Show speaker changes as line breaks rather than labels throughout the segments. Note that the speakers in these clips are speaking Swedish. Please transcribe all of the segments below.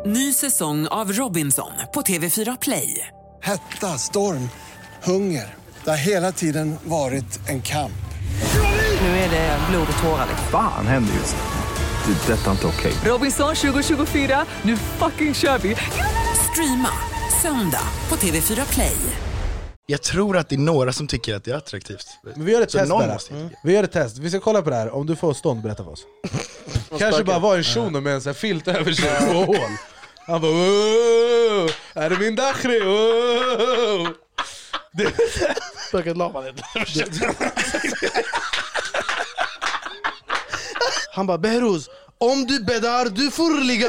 Ny säsong av Robinson på TV4 Play.
Hetta, storm, hunger. Det har hela tiden varit en kamp.
Nu är det blod och tårar.
Fan händer just nu. Det. Detta är inte okej.
Robinson 2024, nu fucking kör vi. Streama söndag på TV4 Play.
Jag tror att det är några som tycker att det är attraktivt.
Men vi gör ett
Så
test
någon
där.
måste
Vi gör ett test. Vi ska kolla på det här. Om du får stånd, berätta för oss. Kanske bara var en shuno med en sån här filt över sig på hål. Han bara "Åh, är det min dakhri? Åh."
Spöket laman. Han bara, Behruz, om du bäddar, du får ligga.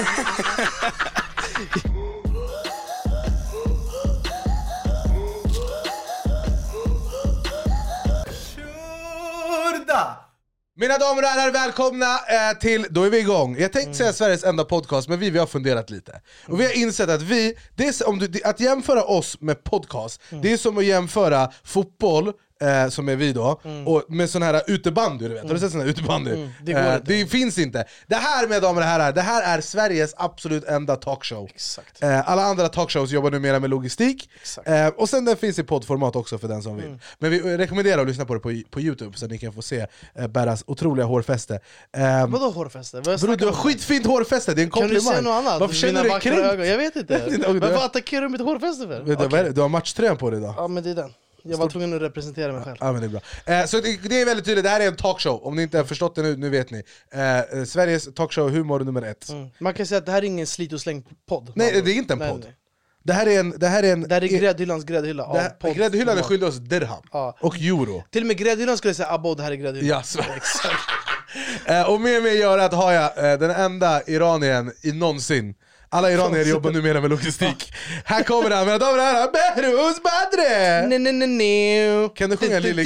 Mina damer och herrar, välkomna till Då är vi igång. Jag tänkte säga Sveriges enda podcast, men vi har funderat lite. Och vi har insett att att jämföra oss med podcast, det är som att jämföra fotboll, som är vi då, och med sån här utebandy, du vet. Har du sett sån här utebandy? Det finns inte. Det här, mina damer och herrar, det här är Sveriges absolut enda talkshow.
Exakt.
Alla andra talkshows jobbar numera med logistik. Och sen den finns i poddformat också för den som vill. Men vi rekommenderar att lyssna på det på YouTube så att ni kan få se Berras otroliga hårfäste.
Vadå hårfäste?
Bro, du har skitfint hårfäste, det är en
Kan
komplimang.
du säga något annat?
Varför känner du dig kränkt?
Ögon? Jag vet inte. Varför attackerar du mitt hårfäste för?
Du har matchtröjan på dig idag.
Ja, men det är den. Jag var tvungen att representera mig själv.
Ja, men det är bra. Så det är väldigt tydligt, det här är en talkshow. Om ni inte har förstått det nu vet ni. Sveriges talkshow, humor nummer 1.
Man kan säga att det här är ingen slit och släng-podd.
Nej, det är inte en podd.
Nej.
Det här är
gräddhyllans gräddhylla.
Gräddhyllan är skyldig oss dirham och euro.
Till och med gräddhyllan skulle jag säga, Abbo, det här är gräddhyllan.
Ja, så. Exakt. Och med mig gör att har jag den enda iranien i någonsin. Alla iranier jobbar numera med logistik. Här kommer han, mina damer och herrar, Behruz Badre! Kan du sjunga Lilly?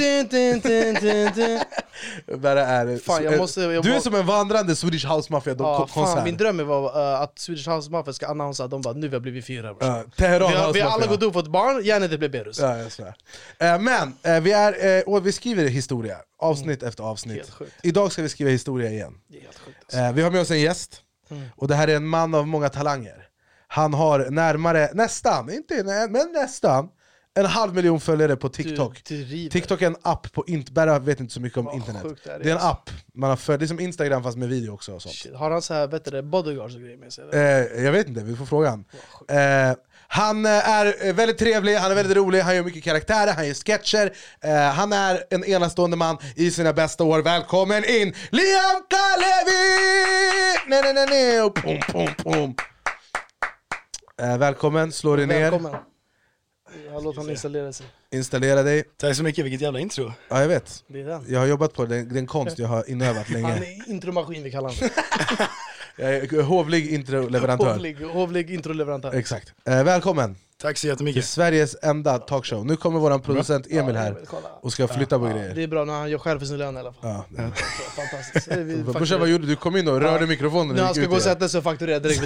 Du är som en vandrande Swedish House Mafia-konsert.
Min dröm var att Swedish House Mafia ska annonsera. De bara, nu har vi blivit 4
Teheran
vi har alla gått upp för ett barn, gärna det blir Behruz.
Ja, jag svär. Men vi skriver historia, avsnitt efter avsnitt. Idag ska vi skriva historia igen.
Det är helt sjukt.
Vi har med oss en gäst. Och det här är en man av många talanger. Han har nästan 500 000 följare på TikTok. TikTok är en app på Berra vet inte så mycket om internet. Det är en app man har följt, det är som Instagram fast med video också och sånt.
Shit. Har han så här bodyguards och grejer med sig?
Jag vet inte, vi får fråga han. Han är väldigt trevlig, han är väldigt rolig, han gör mycket karaktärer, han gör sketcher. Han är en enastående man i sina bästa år. Välkommen in, Liam Kalevi! Nej. Pum, pum, pum. Välkommen, slå dig ner.
Välkommen. Jag låter han installera sig.
Installera dig.
Tack så mycket, vilket jävla intro.
Ja, jag vet.
Det är den.
Jag har jobbat på det, det är en konst jag har inövat länge.
Han är intromaskin, vi kallar honom.
Jag är hovlig introleverantör.
Hovlig introleverantör.
Exakt. Välkommen.
Tack så
till
jättemycket.
Sveriges enda talkshow. Nu kommer våran producent Emil här och ska flytta på grejer.
Det är bra när han gör själv för sin lön i alla fall. Fantastiskt.
Brorsan, vad gjorde du? kom in och rörde mikrofonen.
Nu han ska gå och sätta sig och fakturera direkt.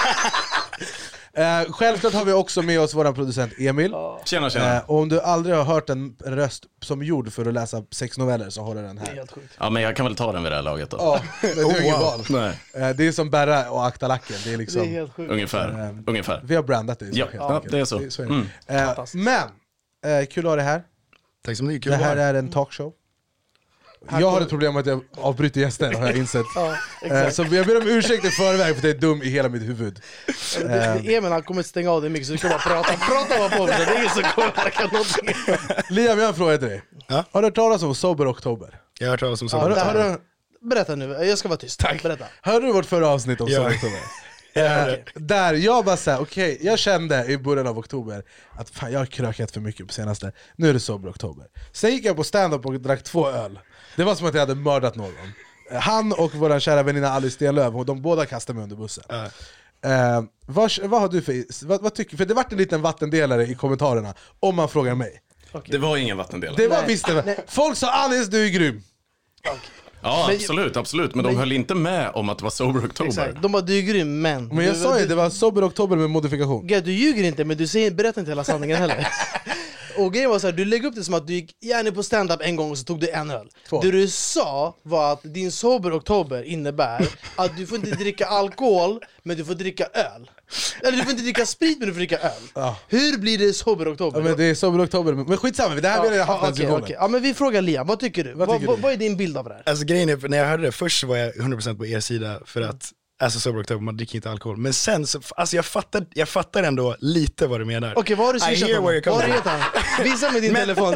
Självklart har vi också med oss våran producent Emil.
Tjena.
Och om du aldrig har hört en röst som gjord för att läsa 6 noveller så har du den här.
Det är helt sjukt.
Ja, men jag kan väl ta den vid det här laget då.
Ja, det är ingen val.
Nej.
Det är som Berra och Akta Lacken. Det är liksom,
Det är helt sjukt.
Ungefär.
vi har brandat det.
Ja, det är så.
Men, kul att ha det här.
Tack så mycket.
Det här är en talkshow. Jag har ett problem med att jag avbryter gäster, har jag insett. Så jag ber om ursäkt i förväg för det är dum i hela mitt huvud.
Emil han kommer stänga av det mycket så du kommer bara prata på det. Det är ingen som kommer märka någonting.
Liam, jag har en fråga till dig.
Ja?
Har du hört talas om Sober Oktober?
Jag har hört talas om
Berätta nu, jag ska vara tyst. Tack. Berätta.
Hörde du vårt förra avsnitt om Sober Oktober? Där jag bara såhär, okej, jag kände i början av oktober att fan, jag har krökat för mycket på senaste. Nu är det Sober Oktober. Sen gick jag på stand-up och drack 2 öl. Det var som att jag hade mördat någon. Han och vår kära väninna Alice Stenlöf, de båda kastade mig under bussen. Vad har du vad tycker? För det vart en liten vattendelare i kommentarerna om man frågar mig.
Det var ingen vattendelare.
Det var visst det. Folk sa Alice, du är grym.
Ja, absolut. Men de höll inte med om att det var Sober Oktober.
Exakt. De bara, du är grym, men
jag sa ju, det var Sober Oktober med modifikation.
Du ljuger inte, men du berättar inte hela sanningen heller. Och grejen var så här, du lägger upp det som att du gick gärna på stand-up en gång och så tog du en öl.
2.
Det du sa var att din sober oktober innebär att du får inte dricka alkohol, men du får dricka öl. Eller du får inte dricka sprit, men du får dricka öl.
Ja.
Hur blir det sober oktober?
Ja, men det är sober oktober. Men skitsamma, det här vill jag haft
Okej. Ja, men vi frågar Liam, vad tycker du? Vad är din bild av det här?
Alltså grejen är, när jag hörde det först så var jag 100% på er sida för att alltså sober oktober, man dricker inte alkohol. Men sen så, alltså jag fattar ändå lite vad du menar.
Okej, vad har du swishat på? Vad heter han? Visa mig din telefon.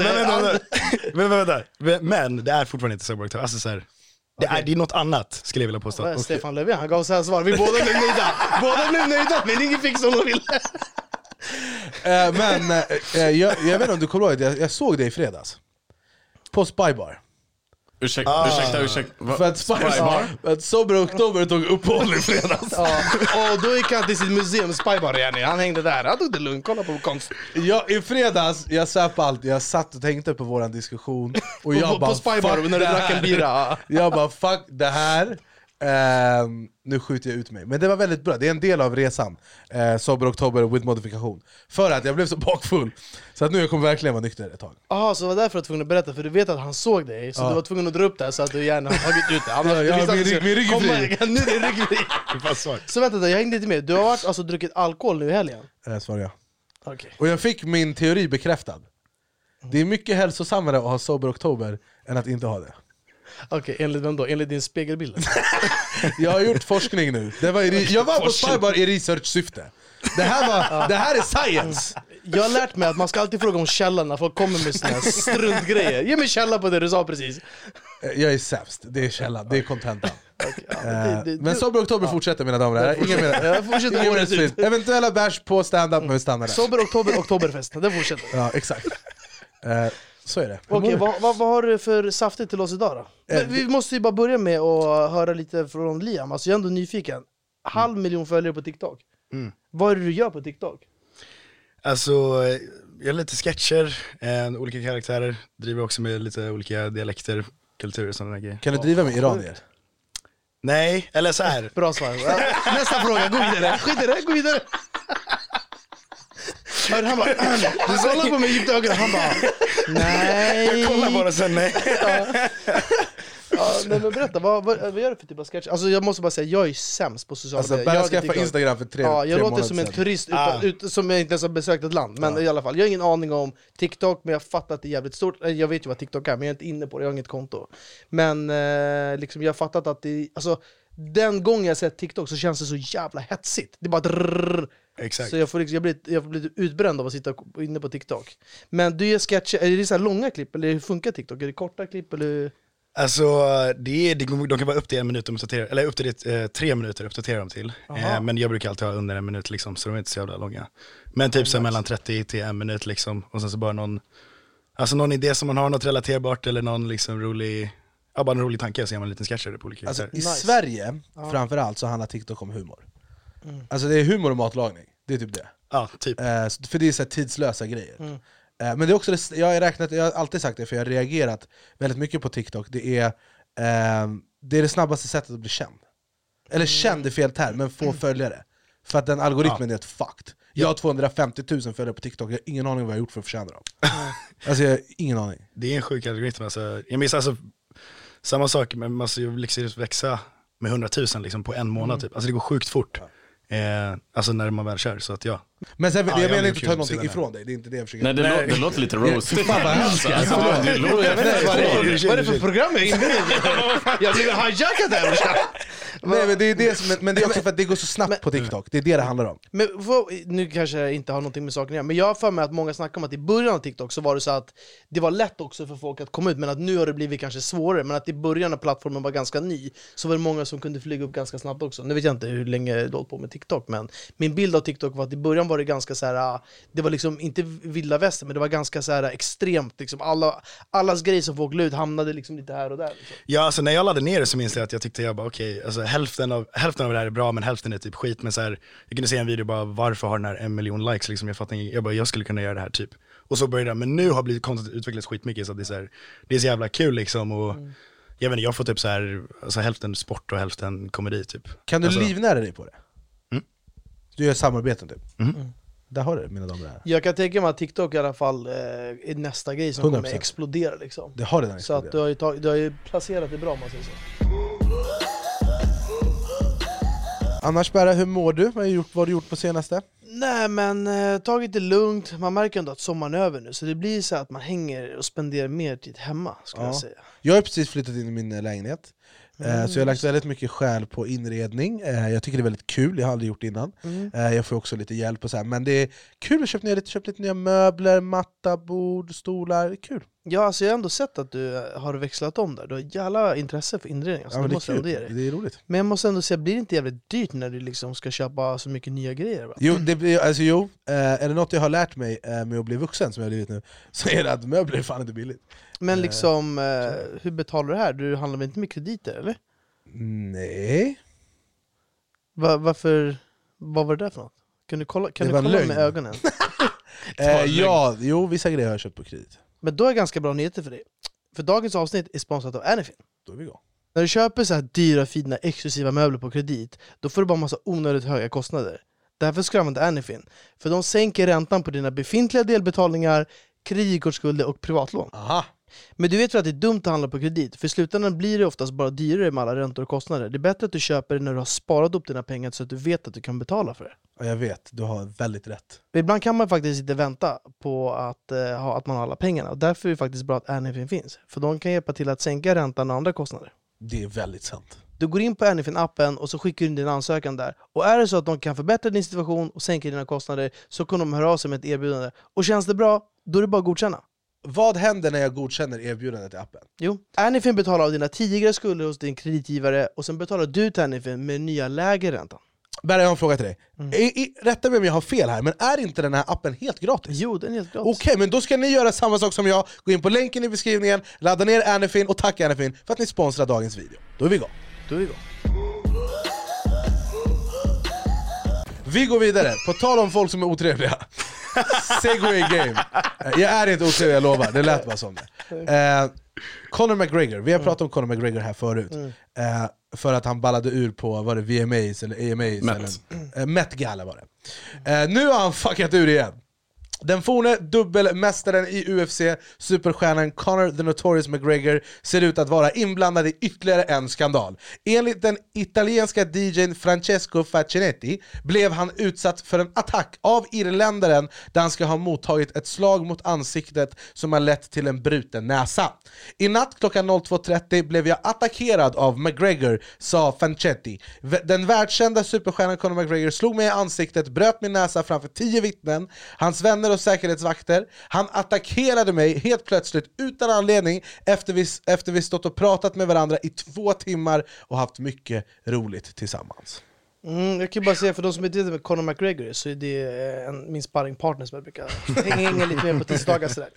Men det är fortfarande inte sober oktober. Alltså så här, det är något annat, skulle jag vilja påstå.
Stefan Löfven, han gav så här svar. Vi båda blev nöjda. Båda blev nöjda, men ingen fick som de ville.
Men jag vet inte om du kommer ihåg, jag såg dig i fredags på Spybar.
Ursäkta.
För att Spybar, att sober oktober tog uppehåll i fredags.
Och då gick han till sitt museum Spybar igen. Han hängde där, han tog det lugnt, kolla på konst.
I fredags, jag satt allt, jag satt och tänkte på våran diskussion. Och jag bara,
på Spybar när du drack en bira.
Jag bara, fuck det här. Nu skjuter jag ut mig. Men det var väldigt bra, det är en del av resan. Sober oktober with modifikation. För att jag blev så bakfull. Så att nu jag kommer verkligen vara nykter ett tag.
Jaha, så det var därför du var tvungen att berätta. För du vet att han såg dig. Så du var tvungen att dra upp det så att du gärna har tagit ut det.
Min rygg är fri.
Nu är din rygg fri. Så vänta då, jag hängde inte med. Du har alltså druckit alkohol nu i helgen?
Svarar jag.
Okay.
Och jag fick min teori bekräftad. Det är mycket hälsosammare att ha sober oktober än att inte ha det.
Okej, enligt vem då? Enligt din spegelbild?
Jag har gjort forskning nu. Jag var på Spybar i research-syfte. Det här är science.
Jag har lärt mig att man ska alltid fråga om källan när folk kommer med såna här struntgrejer. Ge mig källa på det du sa precis.
Jag är sämst, det är källan, det är contentan.
Okay,
men sober oktober fortsätter mina damer och herrar. Ingen mer. Eventuella bash på stand-up, men vi stannar där.
Sober oktober, oktoberfest, det fortsätter.
Ja, exakt. Så är det.
Okej, vad har du för saftigt till oss idag då? Vi måste ju bara börja med att höra lite från Liam. Alltså jag är ändå nyfiken. 500 000 följare på TikTok. Vad är det du gör på TikTok?
Alltså, jag gör lite sketcher, olika karaktärer. Driver också med lite olika dialekter, kulturer och sådana grejer.
Kan du driva med iranier?
Nej, eller så här.
Bra svar. Nästa fråga, gå vidare. Han bara, du kollar på mig djupt i ögonen. Han bara, nej.
Jag kollar bara sen, nej.
Nej, men berätta, vad gör du för typ av sketch? Alltså jag måste bara säga, jag är sämst på sociala medier.
Jag skaffade Instagram för 3 månader
jag låter som en turist som jag inte ens har besökt ett land. Men i alla fall, jag har ingen aning om TikTok, men jag fattar att det är jävligt stort. Jag vet ju vad TikTok är, men jag är inte inne på det, jag har inget konto. Men liksom, jag har fattat att det, alltså, den gången jag sett TikTok så känns det så jävla hetsigt. Det är bara drrrr.
Exakt.
Så jag får bli utbränd av att sitta inne på TikTok. Men du gör sketcher, är det så här långa klipp eller hur funkar TikTok? Är det korta klipp eller?
Alltså de kan vara upp till 1 minut uppdatera, eller upp till 3 minuter uppdatera dem till. Men jag brukar alltid ha under 1 minut liksom, så de är inte så jävla långa. Men typ så mellan 30 till 1 minut liksom, och sen så bara någon idé som man har, något relaterbart eller någon liksom rolig, bara en rolig tanke, så gör man en liten sketcher på olika
alltså, i Sverige framförallt så handlar TikTok om humor. Alltså det är humor och matlagning, det är typ det.
Ja, typ.
För det är så här tidslösa grejer. Men det är också jag har alltid sagt det, för jag har reagerat väldigt mycket på TikTok. Det är det snabbaste sättet att bli känd. Eller känd är fel term, men få följare. För att den algoritmen är ett fucked. Jag har 250 000 följare på TikTok, jag har ingen aning vad jag har gjort för att förtjäna dem. Alltså jag har ingen aning.
Det är en sjuk algoritm. Alltså, jag minns alltså samma sak, men man måste ju liksom växa med 100 000 liksom, på en månad typ. Alltså det går sjukt fort. Alltså när man väl kör, så att ja.
Men sen, jag menar inte att ta någonting ifrån dig, det är inte det jag försöker.
Nej, det låter lite roastigt.
Vad är det för program jag är inne i? Jag blir hijackad där.
Nej, men det är det, men det är också för att det går så snabbt på TikTok. Det är det handlar om.
Men nu kanske jag inte har någonting med saken att göra, men jag har för mig att många snackar om att i början av TikTok så var det så att det var lätt också för folk att komma ut, men att nu har det blivit kanske svårare. Men att i början när plattformen var ganska ny så var det många som kunde flyga upp ganska snabbt också. Nu vet jag inte hur länge jag har hållit på med TikTok, men min bild av TikTok var att i början var det ganska så här, det var liksom inte vilda väster, men det var ganska så här extremt liksom, allas grejer som folk la ut hamnade liksom lite här och där liksom.
Ja, alltså när jag laddade ner det så minns jag att jag tyckte jag bara okej, alltså hälften av det här är bra, men hälften är typ skit. Men så här, jag kunde se en video bara, varför har den här 1 miljon likes liksom, jag fattar inte, jag skulle kunna göra det här typ. Och så började det, men nu har content utvecklats skitmycket, så att det är så här, det är så jävla kul liksom. Och jag vet inte, jag får typ så här, alltså hälften sport och hälften komedi typ.
Kan du
alltså,
livnära dig på det? Du gör samarbeten typ. Där har du mina damer och herrar.
Jag kan tänka mig att TikTok i alla fall är nästa grej som
100%.
kommer explodera liksom.
Det har redan
Så att du har ju placerat det bra, om man säger så.
Annars bara, hur mår du? Vad har du gjort på senaste?
Nej men tagit det lugnt. Man märker ändå att sommaren är över nu. Så det blir så att man hänger och spenderar mer tid hemma, skulle jag säga.
Jag har precis flyttat in i min lägenhet. Så jag har lagt väldigt mycket själ på inredning. Jag tycker det är väldigt kul, jag har aldrig gjort det innan. Jag får också lite hjälp och så här. Men det är kul att köpa lite nya möbler, matta, bord, stolar. Det är kul.
Ja, alltså jag har ändå sett att du har växlat om där. Du har jävla intresse för inredning. Alltså,
Ja, det
måste
är
ändå
kul.
ge dig.
Det är roligt.
Men jag måste ändå säga, blir det inte jävligt dyrt när du liksom ska köpa så mycket nya grejer? Va?
Jo, är det något jag har lärt mig med att bli vuxen som jag har blivit nu, så är det att möbler är fan inte billigt.
Men liksom, hur betalar du det här? Du handlar väl inte med krediter, eller?
Nej.
Varför? Vad var det där för något? Kan du kolla med ögonen?
Vissa grejer har jag köpt på kredit.
Men då är det ganska bra nyheter för dig. För dagens avsnitt är sponsrat av Anyfin.
Då är vi igång.
När du köper så här dyra, fina, exklusiva möbler på kredit, då får du bara massa onödigt höga kostnader. Därför ska du använda Anyfin. För de sänker räntan på dina befintliga delbetalningar, kreditkortsskulder och privatlån.
Aha.
Men du vet väl att det är dumt att handla på kredit? För i slutändan blir det oftast bara dyrare med alla räntor och kostnader. Det är bättre att du köper det när du har sparat upp dina pengar så att du vet att du kan betala för det.
Ja, jag vet, du har väldigt rätt.
Men ibland kan man faktiskt inte vänta på att man har alla pengarna. Och därför är det faktiskt bra att Anyfin finns. För de kan hjälpa till att sänka räntan och andra kostnader.
Det är väldigt sant.
Du går in på Anyfin-appen och så skickar du in din ansökan där. Och är det så att de kan förbättra din situation och sänka dina kostnader, så kommer de höra av sig med ett erbjudande. Och känns det bra, då är det bara att godkänna.
Vad händer när jag godkänner erbjudandet i appen?
Jo, Anyfin betalar av dina tidigare skulder hos din kreditgivare, och sen betalar du till Anyfin med nya lägre räntan.
Berra, jag har en fråga till dig. Rätta mig om jag har fel här, men är inte den här appen helt gratis?
Jo, den är helt gratis.
Okej, men då ska ni göra samma sak som jag. Gå in på länken i beskrivningen, ladda ner Anyfin och tacka Anyfin för att ni sponsrar dagens video. Då är vi igång. Vi går vidare, på tal om folk som är otrevliga. Segway game. Jag är inte otrevlig, jag lovar, det lät bara som det. Conor McGregor, vi har pratat om Conor McGregor här förut. För att han ballade ur på, var det VMAs eller AMAs? Met Gala var det. Nu har han fuckat ur igen. Den forne dubbelmästaren i UFC, superstjärnan Conor the Notorious McGregor, ser ut att vara inblandad i ytterligare en skandal. Enligt den italienska DJ:n Francesco Facchinetti blev han utsatt för en attack av irländaren där han ska ha mottagit ett slag mot ansiktet som har lett till en bruten näsa. I natt klockan 02.30 blev jag attackerad av McGregor, sa Facchinetti. Den världskända superstjärnan Conor McGregor slog mig i ansiktet, bröt min näsa framför 10 vittnen, hans vänner och säkerhetsvakter. Han attackerade mig helt plötsligt utan anledning efter vi stått och pratat med varandra i 2 timmar och haft mycket roligt tillsammans.
Jag kan bara säga, för de som inte vet med Conor McGregor, så är det min sparringpartner som jag brukar hänga lite mer på tisdagar sådär.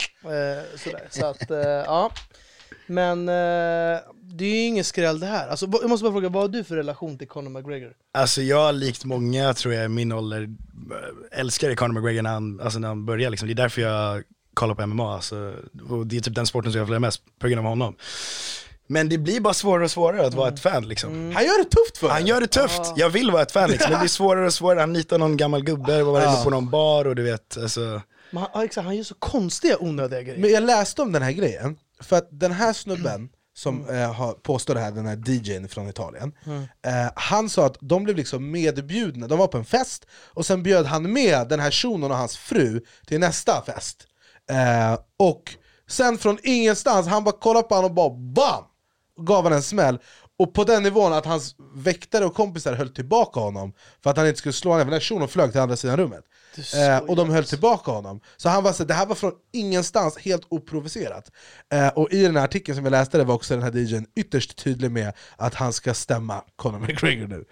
Så att, ja. Men det är ju ingen skräll det här. Alltså, jag måste bara fråga, vad har du för relation till Conor McGregor?
Alltså jag, likt många tror jag i min ålder, älskar Conor McGregor när han börjar liksom. Det är därför jag kollar på MMA alltså, och det är typ den sporten som jag följer mest på grund av honom. Men det blir bara svårare och svårare att vara ett fan liksom.
Han gör det tufft för
Han gör det tufft, jag vill vara ett fan liksom. Men det blir svårare och svårare, han nitar någon gammal gubbe och var inne på någon bar och du vet alltså.
Men han gör så konstiga onödiga grejer.
Men jag läste om den här grejen, för att den här snubben som har påstått det här, den här DJ:n från Italien, han sa att de blev liksom medbjudna, de var på en fest och sen bjöd han med den här shunon och hans fru till nästa fest, och sen från ingenstans, han bara kollade på honom och bara BAM! Gav han en smäll. Och på den nivån att hans väktare och kompisar höll tillbaka honom för att han inte skulle slå honom. Den här shunon flög till andra sidan rummet. Och de höll tillbaka honom. Så han var så, det här var från ingenstans, helt oprovocerat. Och i den här artikeln som jag läste, det var också den här DJ:n ytterst tydlig med att han ska stämma Conor McGregor nu.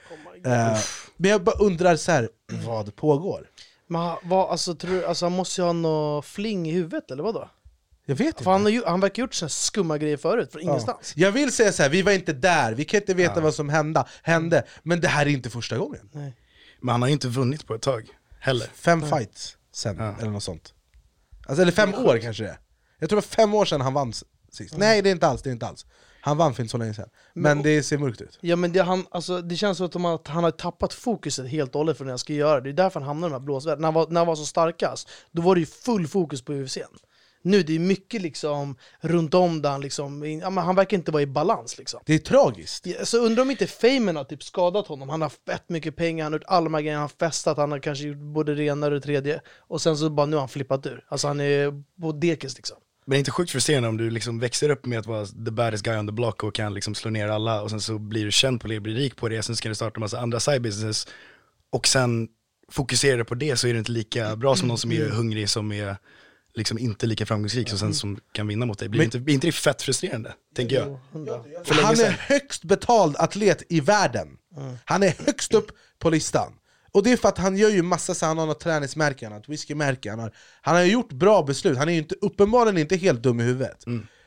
Men jag bara undrar så här, vad pågår?
Men tror du, han måste ju ha någon fling i huvudet, eller vad då?
Jag vet inte.
För han verkar gjort så skumma grejer förut, från ingenstans.
Jag vill säga så här, vi var inte där, vi kan inte veta vad som hände. Men det här är inte första gången.
Nej.
Men han har ju inte vunnit på ett tag heller.
5 fights sen, eller något sånt. Alltså, eller 5 år kanske det. Jag tror det var 5 år sedan han vann sist. Nej, det är inte alls. Han vann för inte så länge sedan. Men det ser mörkt ut.
Ja, men det känns som att han har tappat fokuset helt och hållet för det han ska göra. Det är därför han hamnar i de här blåsväder. När han var så starkast, då var det ju full fokus på UFC:n. Nu det är mycket liksom runt om där han liksom, han verkar inte vara i balans liksom.
Det är tragiskt.
Ja, så undrar om inte famen har typ skadat honom. Han har fett mycket pengar, han har gjort alla de här grejerna, han har festat, han har kanske gjort både det ena och det tredje. Och sen så bara nu har han flippat ur. Alltså han är på dekis liksom.
Men det är inte sjukt frustrerande om du liksom växer upp med att vara the baddest guy on the block och kan liksom slå ner alla och sen så blir du känd på det, blir rik på det, sen ska du starta en massa andra side business och sen fokuserar på det så är det inte lika bra som någon som är hungrig, som är liksom inte lika framgångsrik och sen som kan vinna mot dig. Blir inte det fett frustrerande, tänker jag.
Han är högst betald atlet i världen. Han är högst upp på listan. Och det är för att han gör ju massa så, han har något träningsmärke, han har ett whiskymärke, han har gjort bra beslut. Han är ju uppenbarligen inte helt dum i huvudet.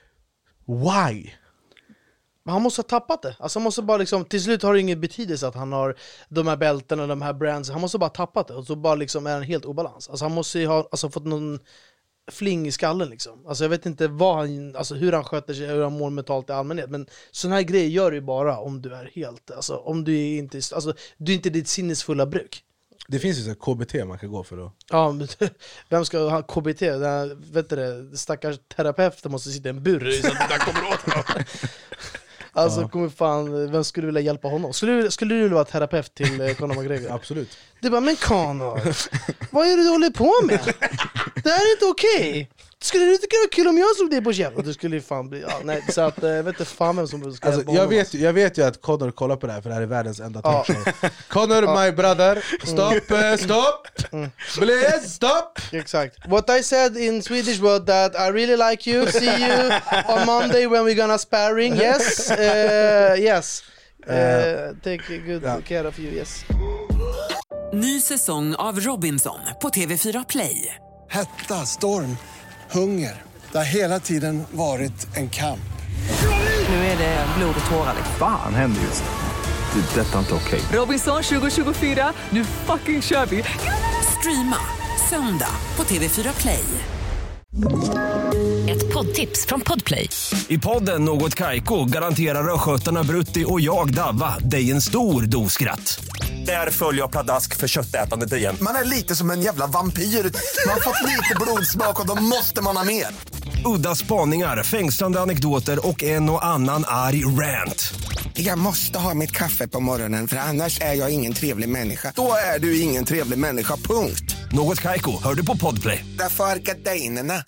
Why?
Han måste ha tappat det. Alltså han måste bara liksom, till slut har det ingen betydelse att han har de här bälterna och de här brands. Han måste bara tappat det och så bara liksom är han helt obalans. Alltså han måste ju ha fått någon fling i skallen liksom. Alltså jag vet inte hur han sköter sig, hur han mår mentalt i allmänhet, men såna här grejer gör du ju bara om du är helt, alltså om du är inte, alltså du är inte ditt sinnesfulla bruk.
Det finns ju så KBT man kan gå för då.
Ja, men vem ska ha KBT? Vet du, stackars terapeuter måste sitta i en bur så att det där kommer åt honom. Alltså kommer fan, vem skulle vilja hjälpa honom? Skulle du vilja vara terapeut till Conor McGregor?
Absolut.
Du bara, men Conor, vad är det du håller på med? Det här är inte okej. Skulle du tycka det var kul om jag slog dig på käften? Du skulle ju fan bli... Ja, nej, så att jag vet inte fan vem som ska
alltså, jag vet ju att Conor kollar på det här, för det här är världens enda talkshow. Conor, my brother, stop! Please, stop!
Exakt. What I said in Swedish was that I really like you. See you on Monday when we're gonna sparring. Yes. Yes. Take good care of you, yes.
Ny säsong av Robinson på TV4 Play.
Hetta, storm, hunger. Det har hela tiden varit en kamp.
Nu är det blod och tårar.
Fan händer just det. Det är detta inte okej.
Robinson 2024, nu fucking kör vi. Streama söndag på TV4 Play.
Ett poddtips från Podplay.
I podden Något Kaiko garanterar röskötarna Brutti och jag Davva dig en stor doskratt. Där följer jag pladask för köttätandet igen.
Man är lite som en jävla vampyr. Man har fått lite blodsmak och då måste man ha mer.
Udda spaningar, fängslande anekdoter och en och annan arg rant.
Jag måste ha mitt kaffe på morgonen, för annars är jag ingen trevlig människa. Då är du ingen trevlig människa, punkt.
Något Kaiko, hör du på Podplay.
Därför är gardinerna.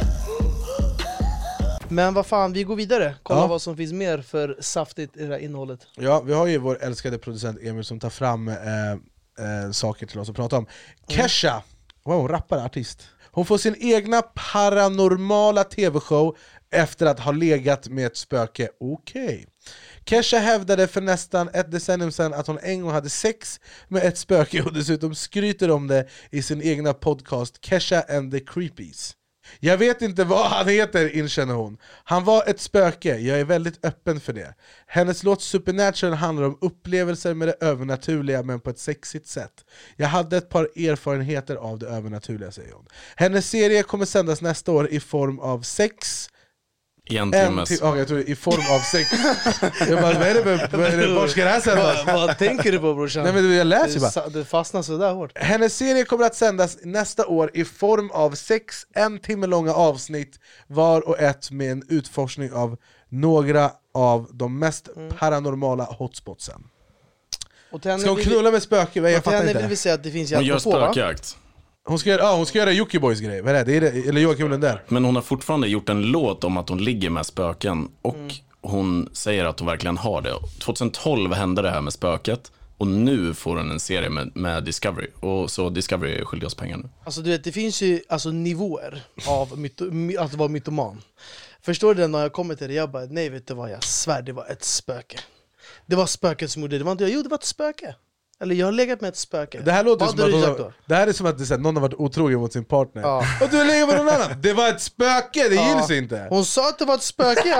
Men vad fan, vi går vidare. Kolla vad som finns mer för saftigt i det här innehållet.
Ja, vi har ju vår älskade producent Emil som tar fram saker till oss att prata om. Kesha, wow, rappare, artist. Hon får sin egna paranormala tv-show efter att ha legat med ett spöke. Okej. Kesha hävdade för nästan ett decennium sedan att hon en gång hade sex med ett spöke och dessutom skryter om det i sin egna podcast Kesha and the Creepies. Jag vet inte vad han heter, inkänner hon. Han var ett spöke, jag är väldigt öppen för det. Hennes låt Supernatural handlar om upplevelser med det övernaturliga, men på ett sexigt sätt. Jag hade ett par erfarenheter av det övernaturliga, säger hon. Hennes serie kommer sändas nästa år i form av sex.
Jag tror
i form av sex. Jag bara, vad är det, var ska det här sändas?
Vad tänker du på, brorsan?
Nej, men jag läser bara.
Du fastnar så där hårt.
Hennes serie kommer att sändas nästa år i form av 6 1 timme långa avsnitt, var och ett med en utforskning av några av de mest paranormala hotspotsen. Ska hon knulla med spöken? Jag fattar inte.
Vill vi säga att det finns
hon gör spökjakt.
Hon ska göra Jockibboys grej. Vad är det? Eller Joakim Lundell.
Men hon har fortfarande gjort en låt om att hon ligger med spöken. Och hon säger att hon verkligen har det. 2012 hände det här med spöket. Och nu får hon en serie med Discovery. Och så Discovery skiljer oss pengar nu.
Alltså du vet, det finns ju nivåer av att vara mytoman. Förstår du när jag kommer till det? Jag bara, nej vet du vad, jag svär, det var ett spöke. Det var spöket som gjorde det. Det var inte jag. Jo, det var ett spöke. Eller jag har legat med ett spöke.
Det här låter som det här är som att någon har varit otrogen mot sin partner. Och du har legat med någon annan. Det var ett spöke, det gills inte.
Hon sa att det var ett spöke, ja.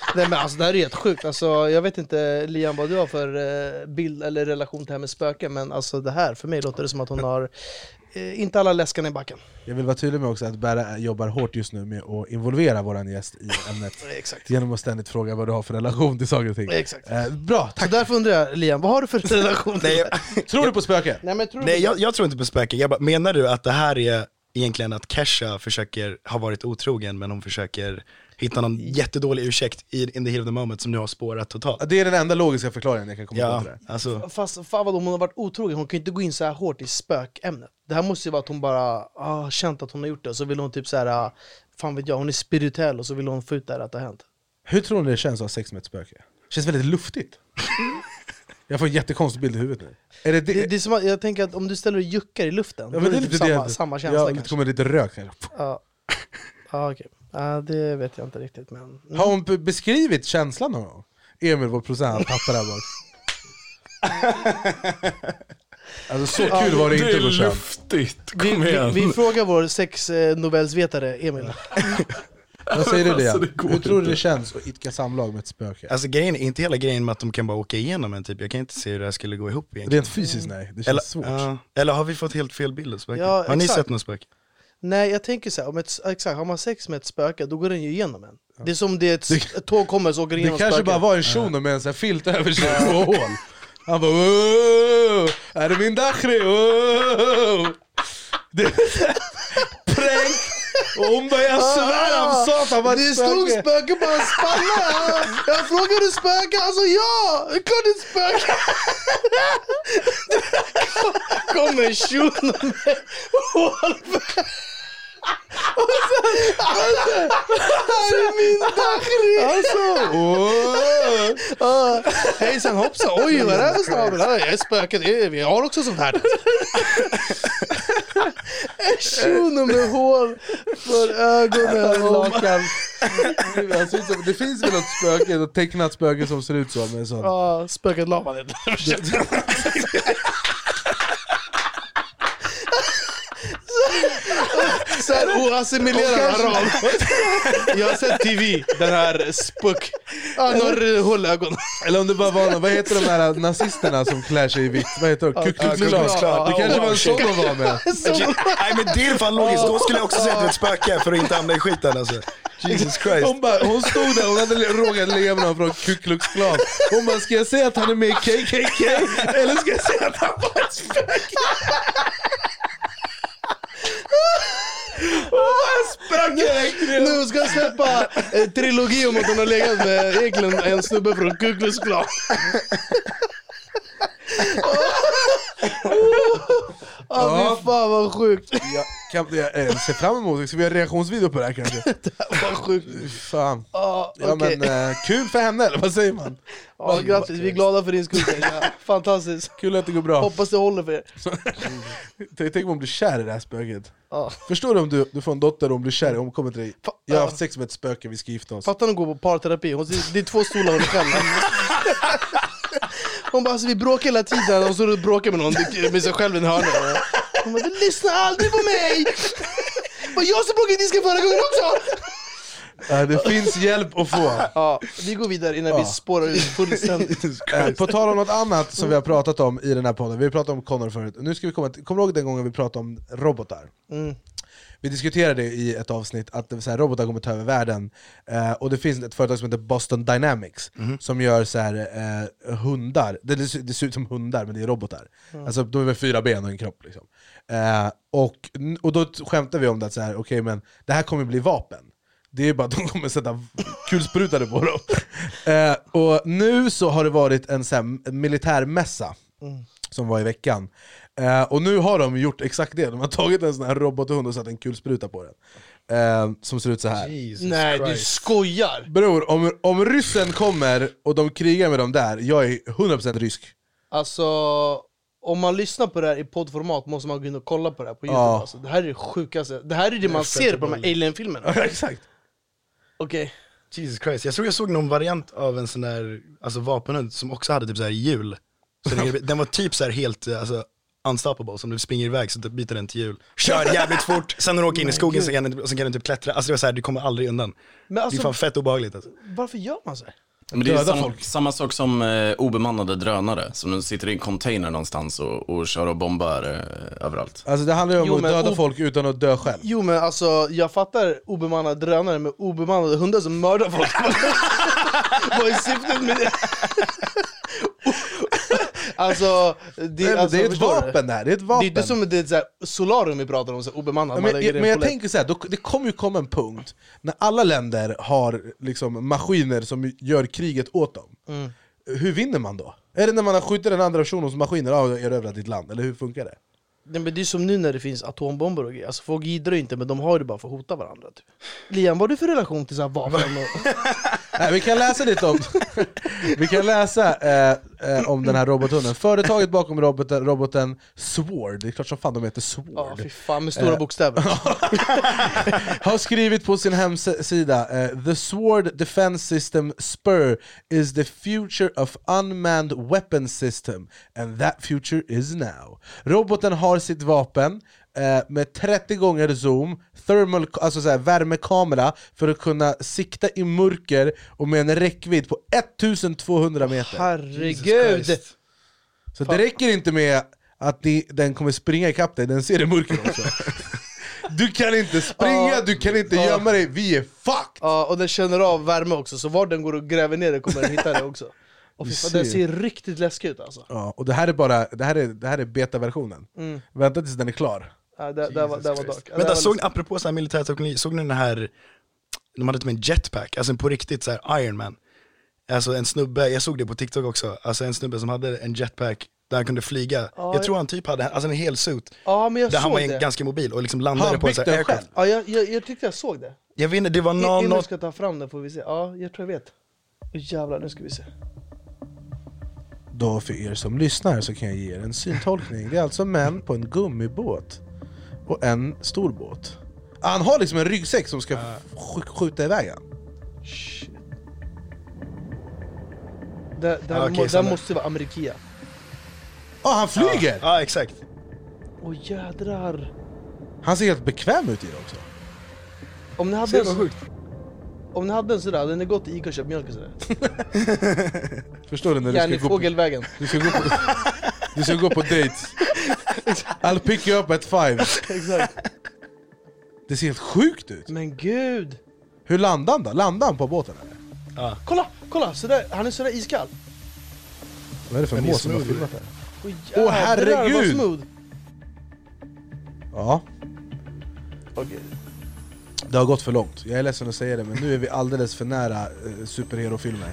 Nej, men alltså, det här är helt sjukt. Alltså, jag vet inte, Liam, vad du har för bild eller relation till det här med spöken, men alltså, det här, för mig låter det som att hon har inte alla läskarna i backen.
Jag vill vara tydlig med också att Berra jobbar hårt just nu med att involvera våran gäst i ämnet.
Exakt.
Genom att ständigt fråga vad du har för relation till saker och ting.
Exakt.
Bra, tack.
Så därför undrar jag, Liam, vad har du för relation till det?
Tror du på spöken?
Nej, jag tror inte på spöken. Menar du att det här är egentligen att Kesha har varit otrogen, men hon försöker hitta någon jättedålig ursäkt in the heat of the moment som nu har spårat totalt?
Det är den enda logiska förklaringen jag kan komma på till det.
Alltså.
Fast fan vad hon har varit otrogen, hon kan inte gå in så här hårt i spökämnet. Det här måste ju vara att hon bara känt att hon har gjort det, så vill hon typ så här, fan vet jag, hon är spirituell och så vill hon få ut det här att det har hänt.
Hur tror ni det känns att ha sex med ett spöke? Det känns väldigt luftigt. Jag får en jättekonstig bild i huvudet nu.
Det är som att, jag tänker att om du ställer och juckar i luften,
ja, men
då är det typ samma känsla kanske.
Det kommer lite rök här.
Ja, okej. Det vet jag inte riktigt, men...
Har hon beskrivit känslan någon gång? Emil, vår procent, tappar där bak. Alltså så kul var det inte.
Det är luftigt, kom igen.
Vi frågar vår sexnovellsvetare Emil.
Vad säger du det? Hur tror du det känns att idka samlag med ett spöke?
Alltså grejen är inte hela grejen med att de kan bara åka igenom en typ. Jag kan inte se hur det här skulle gå ihop egentligen.
Rent fysiskt nej, det känns svårt.
Eller har vi fått helt fel bild av spöken?
Ja,
har ni sett någon spöke?
Nej, jag tänker så här, har man sex med ett spöke, då går den ju igenom en. Det är som ett tåg kommer så åker det igenom
det kanske
spöken.
bara var en shuno med en sån här filt över sig på hål. Han bara "Åh, är det min dakhri? Det är prank. Och hon bara, jag svär av satan vad
det stod spöke på hans spanna. Jag frågade spöke, alltså ja, klart det är spöke. Kom en shuno med hål. Här är min dakhri. Hejsan hoppsan, oj vad är det här för snabel? Jag är spöket, vi har också sånt här. En shuno med hål för ögonen.
Det finns väl något spöke, ett tecknat spöke som ser ut så med sånt.
Ja, spöket Laban. Så här oassimilerad arab. Jag har sett TV, den här spök. Några hållögon.
Eller om det bara var, vad heter de här nazisterna som klär sig i vitt? Vad heter det? Kukluksklan. Det kanske var en sån de var med.
Nej men det är fan logiskt, då skulle jag också säga att det är ett spöke för att inte hamna i skiten alltså. Jesus Christ.
Hon stod där, hon hade rågat leverna från Kukluksklan. Hon bara, ska jag säga att han är med i KKK? Eller ska jag säga att han var ett spöke?
Nu ska jag släppa trilogi om att hon har legat med egentligen en snubbe från Kukluksklan. Fy fan vad sjukt.
Jag ser fram emot, ska vi ha reaktionsvideo på det här kanske?
Det var sjukt.
Fan.
Ja,
men kul för henne, eller vad säger man?
Ja, grattis, vi är glada för din skull. Fantastiskt.
Kul att det går bra.
Hoppas det håller för er.
Tänk om hon blir kär i det här spöket.
Ja.
Förstår du om du får en dotter och hon blir kär, hon kommer till dig. Jag har haft sex med ett spöke, vi ska gifta oss.
Fattar hon går på parterapi, det är 2 stolar hon själv. Hon bara, alltså, vi bråkar hela tiden och så bråkar med någon med sig själv i en hörna. Hon bara, du lyssnar aldrig på mig. Var jag som bråkade i disken förra gången också.
Det finns hjälp att få.
Ja, vi går vidare innan vi spårar ut fullständigt.
På tal om något annat som vi har pratat om i den här podden. Vi har pratat om Connor förut. Nu ska vi kommer du ihåg den gången vi pratade om robotar? Vi diskuterade i ett avsnitt att så här, robotar kommer ta över världen. Och det finns ett företag som heter Boston Dynamics som gör så här, hundar. Det ser ut som hundar, men det är robotar. Alltså de är med 4 ben och en kropp liksom. Och då skämtar vi om det att så här, okej, men det här kommer bli vapen. Det är bara att de kommer sätta kulsprutade på dem. Och nu så har det varit en så här militärmässa som var i veckan. Och nu har de gjort exakt det. De har tagit en sån här robothund och satt en kulspruta på den. Som ser ut så här.
Nej, du skojar.
Bror, om ryssen kommer och de krigar med dem där, jag är 100% rysk.
Alltså, om man lyssnar på det här i poddformat måste man gå in och kolla på det här på YouTube.
Ja.
Alltså, det här är det sjukaste. Det här är det man ser på de här alien-filmerna.
Ja, exakt.
Okej.
Jesus Christ, jag tror jag såg någon variant av en sån där, alltså vapenhund som också hade typ så här hjul. Så den var typ så här helt, alltså unstoppable, som du springer iväg så byter den till hjul. Kör jävligt fort, sen när du åker in i skogen så kan du typ klättra. Alltså det var så här, du kommer aldrig undan.
Men alltså,
det är fan fett obehagligt alltså.
Varför gör man så här?
Men det är samma sak som obemannade drönare som de sitter i en container någonstans och kör och bombar överallt.
Alltså det handlar ju om att döda folk utan att dö själv.
Jo men alltså jag fattar obemannade drönare med obemannade hundar som mördar folk. Vad är syftet med det? Alltså, det är
ett vapen där. Det är ett vapen.
Det är inte som det är så här, solarium vi pratar om, så obemannat.
Men jag tänker så här, det kommer ju komma en punkt när alla länder har liksom maskiner som gör kriget åt dem. Hur vinner man då? Är det när man har skjutit den andra personens maskiner och erövrat ditt land? Eller hur funkar det?
Nej, men det är som nu när det finns atombomber och grejer. Alltså folk gidrar inte, men de har det bara för att hota varandra typ. Liam, vad har du för relation till så här vapen?
Nej, vi kan läsa lite om vi kan läsa om den här robothunden. Företaget bakom roboten Sword, det är klart som fan de heter Sword.
Ja, fy fan, med stora bokstäver.
Har skrivit på sin hemsida The Sword Defense System Spur is the future of unmanned weapon system and that future is now. Roboten har sitt vapen med 30 gånger zoom, thermal, alltså så här, värmekamera för att kunna sikta i mörker och med en räckvidd på 1200 meter.
Herregud!
Så det räcker inte med att den kommer springa ikapp dig, den ser i mörker också. Du kan inte springa, du kan inte gömma dig, vi är fucked!
Ja, och den känner av värme också, så var den går och gräver ner det kommer den hitta det också. Och den ser riktigt läskig ut alltså.
Ja, och det här är bara det här är beta-versionen. Vänta tills den är klar.
Ja, det var dark.
Men där apropå så här militärteknologi, såg ni den här, de hade typ en jetpack, alltså på riktigt så här Iron Man. Alltså en snubbe, jag såg det på TikTok också, alltså en snubbe som hade en jetpack där han kunde flyga. Jag tror han typ hade alltså en hel suit.
Ja, men
där han var ganska mobil och liksom landade på en sån här aircraft.
Ja, jag tyckte jag såg det.
Jag vet inte, det var
någon... Jag ska ta fram det får vi se. Ja, jag tror jag vet. Jävlar, nu ska vi se.
Då för er som lyssnar så kan jag ge er en syntolkning. Det är alltså män på en gummibåt och en stor båt. Han har liksom en ryggsäck som ska skjuta iväg han.
Shit. Där måste det vara Amerikia.
Han flyger!
Ja, exakt.
Åh jädrar.
Han ser helt bekväm ut i det också.
Om ni hade en sådär, hade ni gått i Ica och köpt mjölk och sådär.
Förstår du när du ska gå
fågelvägen.
Du ska gå på dates. I'll pick you up at 5.
Exakt.
Det ser helt sjukt ut.
Men gud.
Hur landar han då? Landar han på båten eller?
Ja. Kolla, sådär, han är sådär iskall.
Vad är det för mås som har filmat här?
Åh
herregud!
Smooth.
Ja.
Okay.
Det har gått för långt. Jag är ledsen att säga det, men nu är vi alldeles för nära superherofilmer.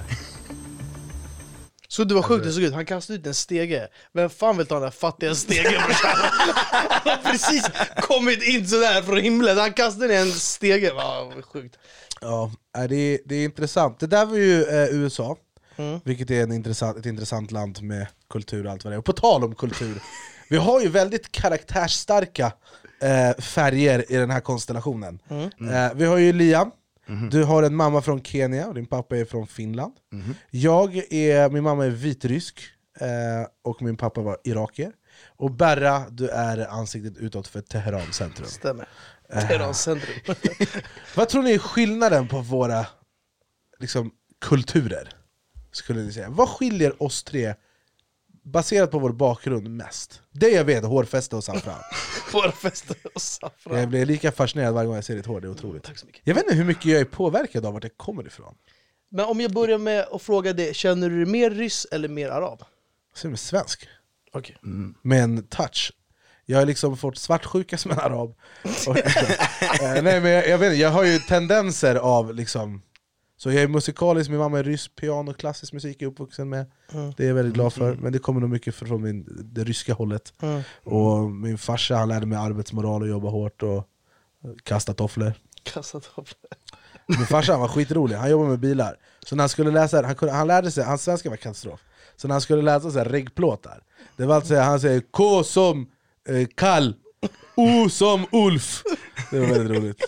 Så det var sjukt, det såg ut. Han kastade ut en stege. Vem fan vill ta den där fattiga stegen? Han har precis kommit in sådär från himlen. Han kastade ner en stege. Vad sjukt.
Ja, det är intressant. Det där var ju USA. Vilket är ett intressant land med kultur och allt vad det är. Och på tal om kultur. Vi har ju väldigt karaktärsstarka färger i den här konstellationen. Vi har ju Liam. Du har en mamma från Kenya och din pappa är från Finland. Min mamma är vitrysk och min pappa var irakier. Och Berra, du är ansiktet utåt för Teheran centrum.
Stämmer. Teheran centrum.
Vad tror ni är skillnaden på våra liksom, kulturer? Skulle ni säga. Vad skiljer oss tre baserat på vår bakgrund mest? Det jag vet, hårfäste och saffran.
Hårfäste och saffran.
Jag blir lika fascinerad varje gång jag ser ditt hår, det är otroligt.
Tack så mycket.
Jag vet inte hur mycket jag är påverkad av vart det kommer ifrån.
Men om jag börjar med att fråga dig, känner du dig mer ryss eller mer arab?
Jag ser mig svensk.
Okej.
Med en touch. Jag har liksom fått svartsjuka som en arab. Nej, men jag vet inte, jag har ju tendenser av liksom. Så jag är musikalisk, min mamma är rysk, piano, klassisk musik är uppvuxen med. Det är jag väldigt glad för, men det kommer nog mycket från det ryska hållet. Och min farsa, han lärde mig arbetsmoral och jobba hårt och kasta tofflor. Min farsa, han var skitrolig, han jobbade med bilar. Så när han skulle läsa, han lärde sig, hans svenska var katastrof. Så när han skulle läsa så här reggplåtar, det var alltså, han säger K som Kall, O som Ulf. Det var väldigt roligt.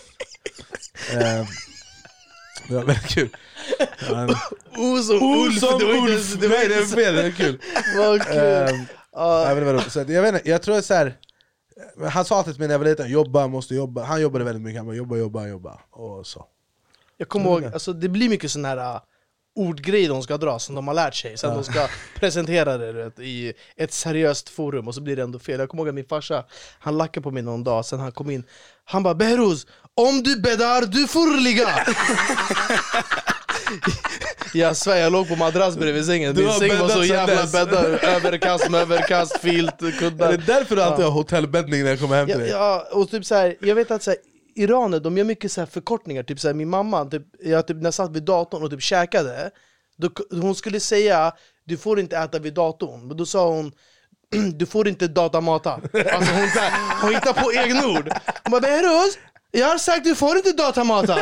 Det var väldigt kul.
O som Ulf.
Nej, det är fel, det är kul.
Vad kul.
Jag vet inte, jag tror att så här, han sa alltid till mig när jag var liten, måste jobba. Han jobbade väldigt mycket, han bara jobba och så.
Jag kommer ihåg, alltså, det blir mycket sån här ordgrejer de ska dra som de har lärt sig. Sen de ska presentera det i ett seriöst forum och så blir det ändå fel. Jag kommer ihåg att min farsa, han lackade på mig någon dag. Sen han kom in, han bara Behruz, om du bäddar, du får ligga. Jag svär, jag låg på madrass bredvid sängen. Min säng var så jävla bäddad. Överkast, filt, kuddar.
Är det därför du alltid har hotellbäddning när jag kommer hem till dig?
Ja, och typ så här, jag vet att så här, iraner, de gör mycket så här förkortningar. Typ så här, min mamma, när jag satt vid datorn och typ käkade, hon skulle säga, du får inte äta vid datorn. Men då sa hon, du får inte datamata. Alltså hon hittar på egna ord. Hon bara, Behruz, jag har sagt du får inte datamata.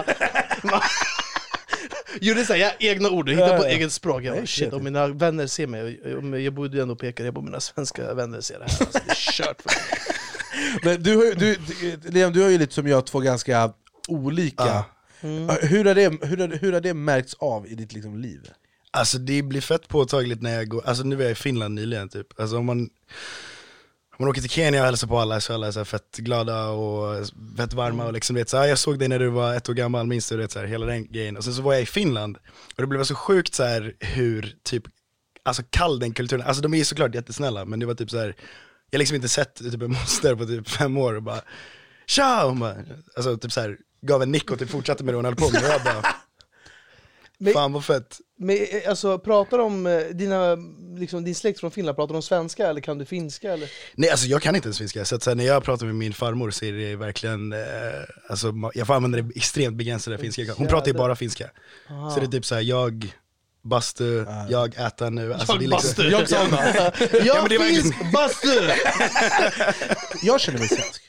Gjorde så här, egna ord, hittade på ett eget språk. Jag bara, shit, om mina vänner ser mig, jag borde ändå peka det på mina svenska vänner ser det här. Alltså, det är kört för mig.
Men Liam, du har ju lite som jag 2 ganska olika. Hur har det märkts av i ditt liksom liv?
Alltså det blir fett påtagligt när jag går, alltså nu är jag i Finland nyligen typ. Alltså om man åker till Kenya och hälsar på alla, så alla är så här fett glada och fett varma och liksom vet så här, jag såg dig när du var 1 år gammal, minns du det, så här, hela den grejen. Och sen så var jag i Finland och det blev så sjukt så här hur typ, alltså kall den kulturen, alltså de är ju såklart jättesnälla, men det var typ så här, jag liksom inte sett typ en moster på typ 5 år och bara tja, och bara, alltså typ så här, gav en nick och typ fortsatte med det hon höll på med och jag bara fan vad fett.
Men alltså, pratar om din släkt från Finland, pratar de svenska eller kan du finska eller?
Nej, alltså jag kan inte ens finska, så att när jag pratar med min farmor så är det verkligen alltså jag får använda det extremt begränsade finska. Hon pratar ju bara finska. Så det är typ så här, jag bastu, jag äter nu, alltså
jag
det är liksom,
bastu, jag samma. Jag finsk bastu.
Jag känner mig svensk.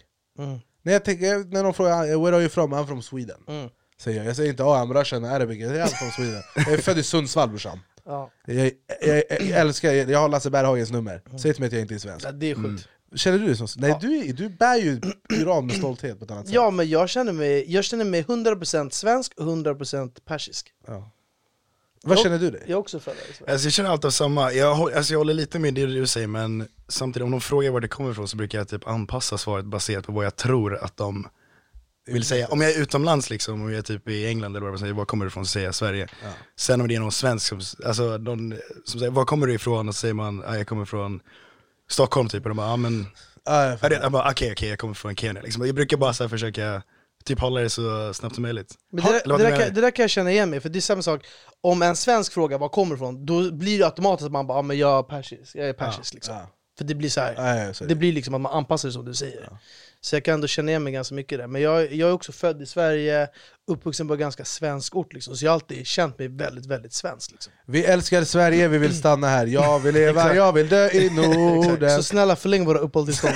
När någon frågar where are you from? I'm from Sweden. Jag säger inte I'm Russian, Arabic, jag är från Sweden. Jag är född i Sundsvall, brorsan. Jag älskar, jag har Lasse Berghagens nummer. Säg till mig att jag inte är svensk.
Ja, det är sjukt.
Känner du det som? Nej, du bär ju Iran med stolthet på ett annat sätt.
Ja, men jag känner mig 100% svensk och 100% persisk.
Ja. Vad känner du det?
Jag är också född i Sverige.
Alltså jag känner alltid samma, jag håller lite med det du säger, men samtidigt om de frågar var det kommer ifrån så brukar jag typ anpassa svaret baserat på vad jag tror att de vill säga. Om jag är utomlands liksom, om jag är typ i England eller vad säger, var kommer du ifrån, så säger jag Sverige. Sen om det är någon svensk som, alltså, som säger, var kommer du ifrån, och så säger man, jag kommer från Stockholm typ, och de bara, men jag bara, okej, jag kommer från Kenya liksom. Jag brukar bara så här försöka typ hålla det så snabbt som möjligt.
Men det där kan jag känna igen mig, för det är samma sak. Om en svensk fråga var kommer ifrån, då blir det automatiskt att man bara, men jag är persisk liksom. För det blir så här, det blir liksom att man anpassar det som du säger. Så jag kan ändå känna igen mig ganska mycket där. Men jag är också född i Sverige, uppvuxen på en ganska svensk ort liksom. Så jag har alltid känt mig väldigt, väldigt svensk liksom.
Vi älskar Sverige, vi vill stanna här. Jag vill leva, jag vill dö i Norden.
Så snälla, förläng våra uppehållstillstånd.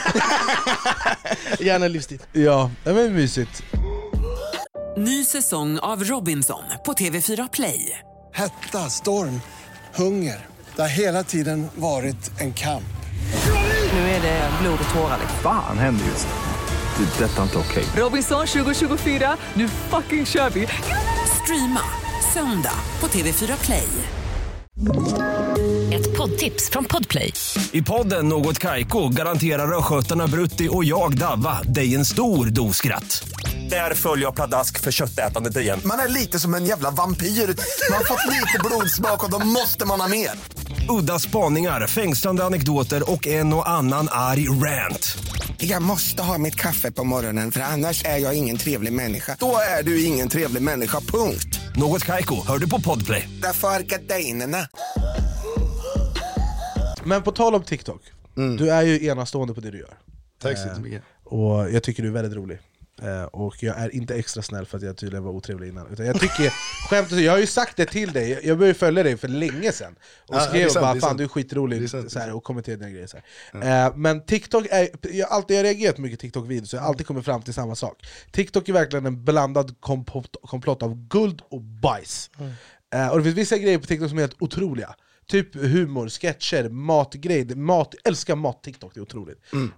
Gärna livstid.
Ja, det är mysigt.
Ny säsong av Robinson på TV4 Play.
Hetta, storm, hunger. Det har hela tiden varit en kamp.
Nu är det blod och tårar.
Fan händer just det. Det är detta inte okej.
Robinson 2024, nu fucking kör vi. Streama söndag på TV4 Play.
Ett poddtips från Podplay.
I podden Något Kaiko garanterar östgötarna Brutti och jag Davva dig en stor doskratt. Där följer jag pladask för köttätandet igen.
Man är lite som en jävla vampyr. Man har fått lite blodsmak och då måste man ha mer.
Udda spaningar, fängslande anekdoter och en och annan arg rant.
Jag måste ha mitt kaffe på morgonen, för annars är jag ingen trevlig människa. Då är du ingen trevlig människa, punkt.
Något Kaiko, hör du på Podplay.
Därför är gardinerna.
Men på tal om TikTok, du är ju enastående på det du gör.
Tack så mycket.
Och jag tycker du är väldigt rolig. Och jag är inte extra snäll för att jag tydligen var otrevlig innan, utan jag tycker jag har ju sagt det till dig. Jag började följa dig för länge sedan och skrev bara, fan du är skitrolig så här, och kommenterade dina grejer så här. Men TikTok är, jag har reagerat mycket TikTok-videos, så jag har alltid kommit fram till samma sak. TikTok är verkligen en blandad komplott av guld och bajs. Och det finns vissa grejer på TikTok som är helt otroliga. Typ humor, sketcher, matgrejer, älskar mat-TikTok, det är otroligt.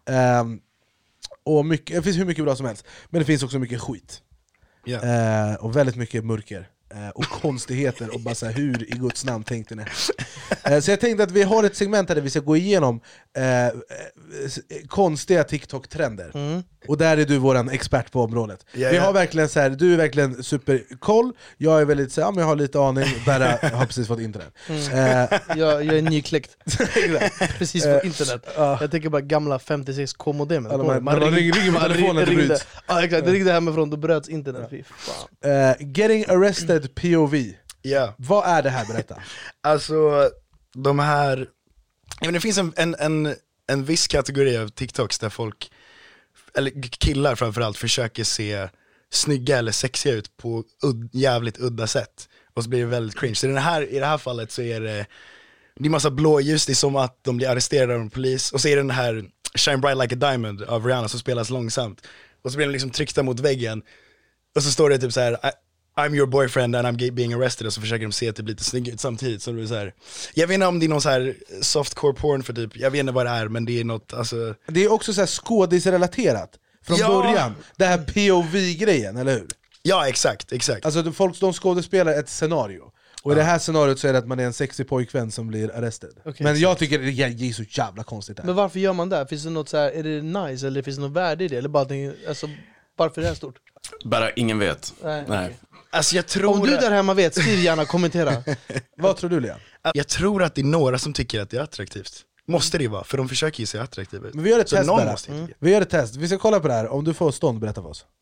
Och mycket, det finns hur mycket bra som helst, men det finns också mycket skit. Och väldigt mycket mörker och konstigheter och bara så här, hur i Guds namn tänkte ni? Så jag tänkte att vi har ett segment där vi ska gå igenom konstiga TikTok-trender. Och där är du våran expert på området. Vi har verkligen så här, du är verkligen superkoll. Jag är väldigt så här, jag har lite aning. Berra har precis fått internet.
Jag är nykläckt. Precis på internet. Jag tänker bara gamla 56K-modem.
Man ringer med telefonen och bryts.
Ja, exakt. Det ringde hemifrån, då bröts internet. Fy fan.
Getting arrested POV. Vad är det här? Berätta.
Alltså, de här... Det finns en viss kategori av TikToks där folk, eller killar framförallt, försöker se snygga eller sexiga ut på jävligt udda sätt. Och så blir det väldigt cringe. Så i det här fallet så är det massa blåljus, det är som att de blir arresterade av en polis. Och så är det den här Shine Bright Like a Diamond av Rihanna som spelas långsamt. Och så blir de liksom tryckta mot väggen. Och så står det typ så här: I'm your boyfriend and I'm being arrested. Och så försöker de se typ lite snygg ut samtidigt. Så det är så här, jag vet inte om det är någon så här softcore porn för typ, jag vet inte vad det är, men det är något, alltså... Det
är också så här skådisrelaterat från början. Det här POV-grejen, eller hur?
Ja, exakt.
Alltså de skådespelar ett scenario. Och i det här scenariot så är det att man är en sexig pojkvän som blir arrested. Okay, men jag tycker det är så jävla konstigt här.
Men varför gör man det? Finns det något så här, är det nice eller finns det något värde i det? Eller bara, alltså, varför är det här stort?
Bara ingen vet. Nej.
Alltså jag tror
om du där hemma vet, skriv gärna, kommentera.
Vad tror du, Liam?
Jag tror att det är några som tycker att det är attraktivt. Måste det vara, för de försöker ju se attraktiva ut.
Men vi gör ett test där. Vi gör ett test, vi ska kolla på det här. Om du får stånd, berätta för oss.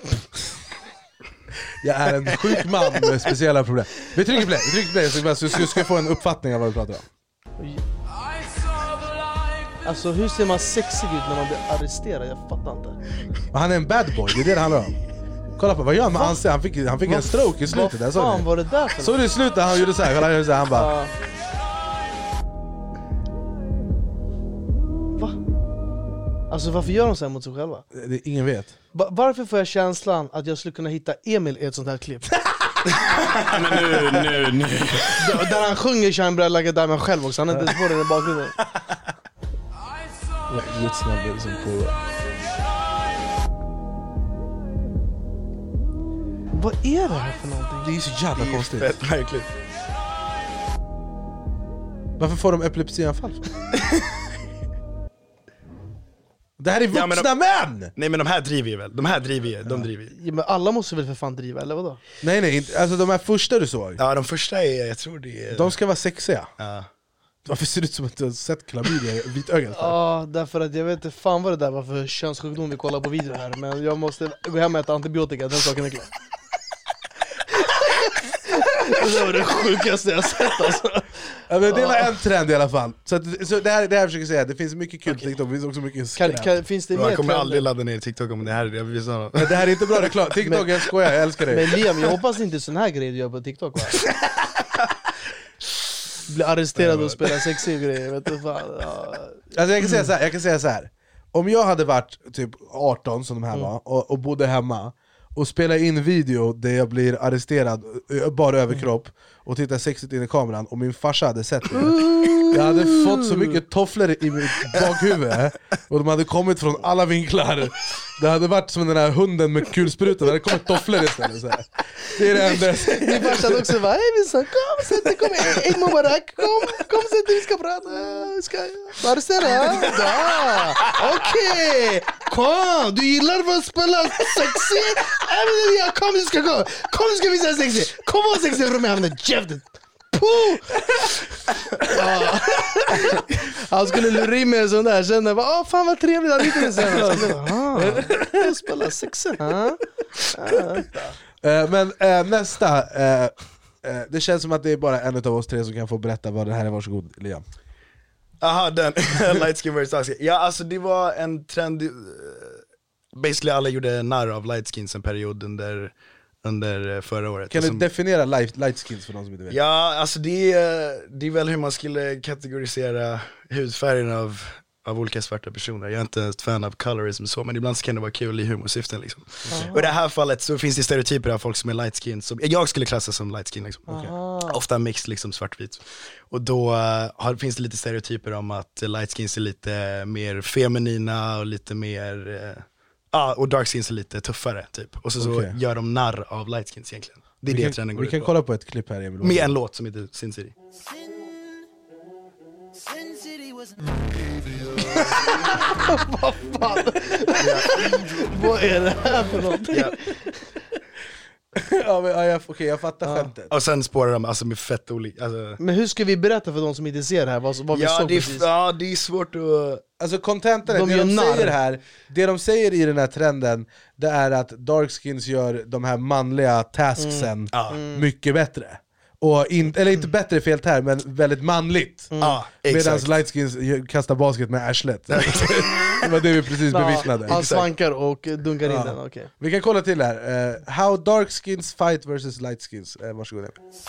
Jag är en sjuk man med speciella problem. Vi trycker play så ska vi få en uppfattning av vad vi pratar om.
Alltså hur ser man sexig ut när man blir arresterad? Jag fattar inte.
Han är en bad boy, det är det handlar om. Kolla på, vad gör han med ansiktet? Han fick en stroke i slutet där,
vad fan var det där för?
Så det i slutet, han gjorde så här, han bara...
Va? Alltså varför gör de så här mot sig själva?
Ingen vet.
Varför får jag känslan att jag skulle kunna hitta Emil i ett sånt här klipp?
Men nu.
Där han sjunger Shine Bright Like a Diamond själv också, han är inte ens på den i bakgrunden. Vad är det här för någonting?
Det är så jävla konstigt.
Fett märkligt.
Varför får de epilepsianfall? Det här är vuxna män!
Nej men de här driver ju väl. De driver ju.
Ja, men alla måste väl för fan driva, eller vadå?
Nej, alltså de här första du såg.
Ja, de första är, jag tror det är...
De ska vara sexiga.
Ja.
Varför ser det ut som att du har sett klamydia i vitögat?
Ja, därför att jag vet inte fan vad det där var för könssjukdom vi kollar på video här. Men jag måste gå hem och äta antibiotika, den saken är klar. Det var det sjukaste jag sett alltså.
Ja, men det var en trend i alla fall. Så det här försöker jag säga, det finns mycket kul på TikTok, det finns också mycket skräp.
Finns det
jag kommer aldrig ladda ner TikTok om det här.
Det här är inte bra reklam. TikTok, jag skojar, jag älskar det.
Men Liam, jag hoppas inte sån här grejer du gör på TikTok, va? Blir arresterad och spelar sexig grejer, vet du fan. Ja.
Alltså jag kan säga så här. Om jag hade varit typ 18 som de här var och bodde hemma och spela in video där jag blir arresterad bara överkropp och tittar sexigt in i kameran och min farsa hade sett det. Jag hade fått så mycket tofflor i mitt bakhuvud och de hade kommit från alla vinklar. Det hade varit som den där hunden med kulsprutan, det hade kommit tofflor istället så här. Det är det enda.
Min farsa hade också bara, hej Vincent, kom sätt dig, kom Mubarak, kom sätt dig, vi ska prata. Ska arrestera? Ja, okej. Kom, du gillar att spela sexigt? Ja, kom, du ska gå. Kom, du ska visa sexigt. Kom och sexigt för mig, han är käften. Han skulle lura in med en sån där. Sen bara, fan vad trevligt, han hittade det sen. Jag spelar sexigt.
Men nästa det känns som att det är bara en av oss tre som kan få berätta vad det här är. Varsågod, Liam.
Aha, den light skin versus dark skin. Ja, alltså det var en trend. Basically alla gjorde narr av light skins en period under förra året.
Kan du definiera light skins för någon som inte vet?
Ja, alltså det är väl hur man skulle kategorisera hudfärgen av olika svarta personer. Jag är inte ett fan av colorism så, men ibland så kan det vara kul i humorsyften liksom. Och i det här fallet så finns det stereotyper av folk som är light skin som jag skulle klassa som light skin liksom. Ofta mixed liksom svartvit. Och då finns det lite stereotyper om att light skins är lite mer feminina och lite mer och dark skins är lite tuffare typ. Och så gör de narr av light skins egentligen. Det är det trenden går ut på.
Vi kan kolla på ett klipp här, Emil.
Med en låt som heter Sin City.
Vad fan? Vad är det här för något?
Okej, jag fattar skämtet.
Och sen spårar de alltså med fett olika alltså.
Men hur ska vi berätta för de som inte ser det här vad vi såg precis?
Det är svårt att...
Alltså contenten, det de säger i den här trenden, det är att darkskins gör de här manliga tasksen mycket bättre. Och eller inte bättre, fel här, men väldigt manligt. Medan lightskins kastar basket med arslet. Det var det vi precis bevittnade.
Han svankar och dunkar in den, okay.
Vi kan kolla till här. How darkskins fight versus lightskins. Varsågod.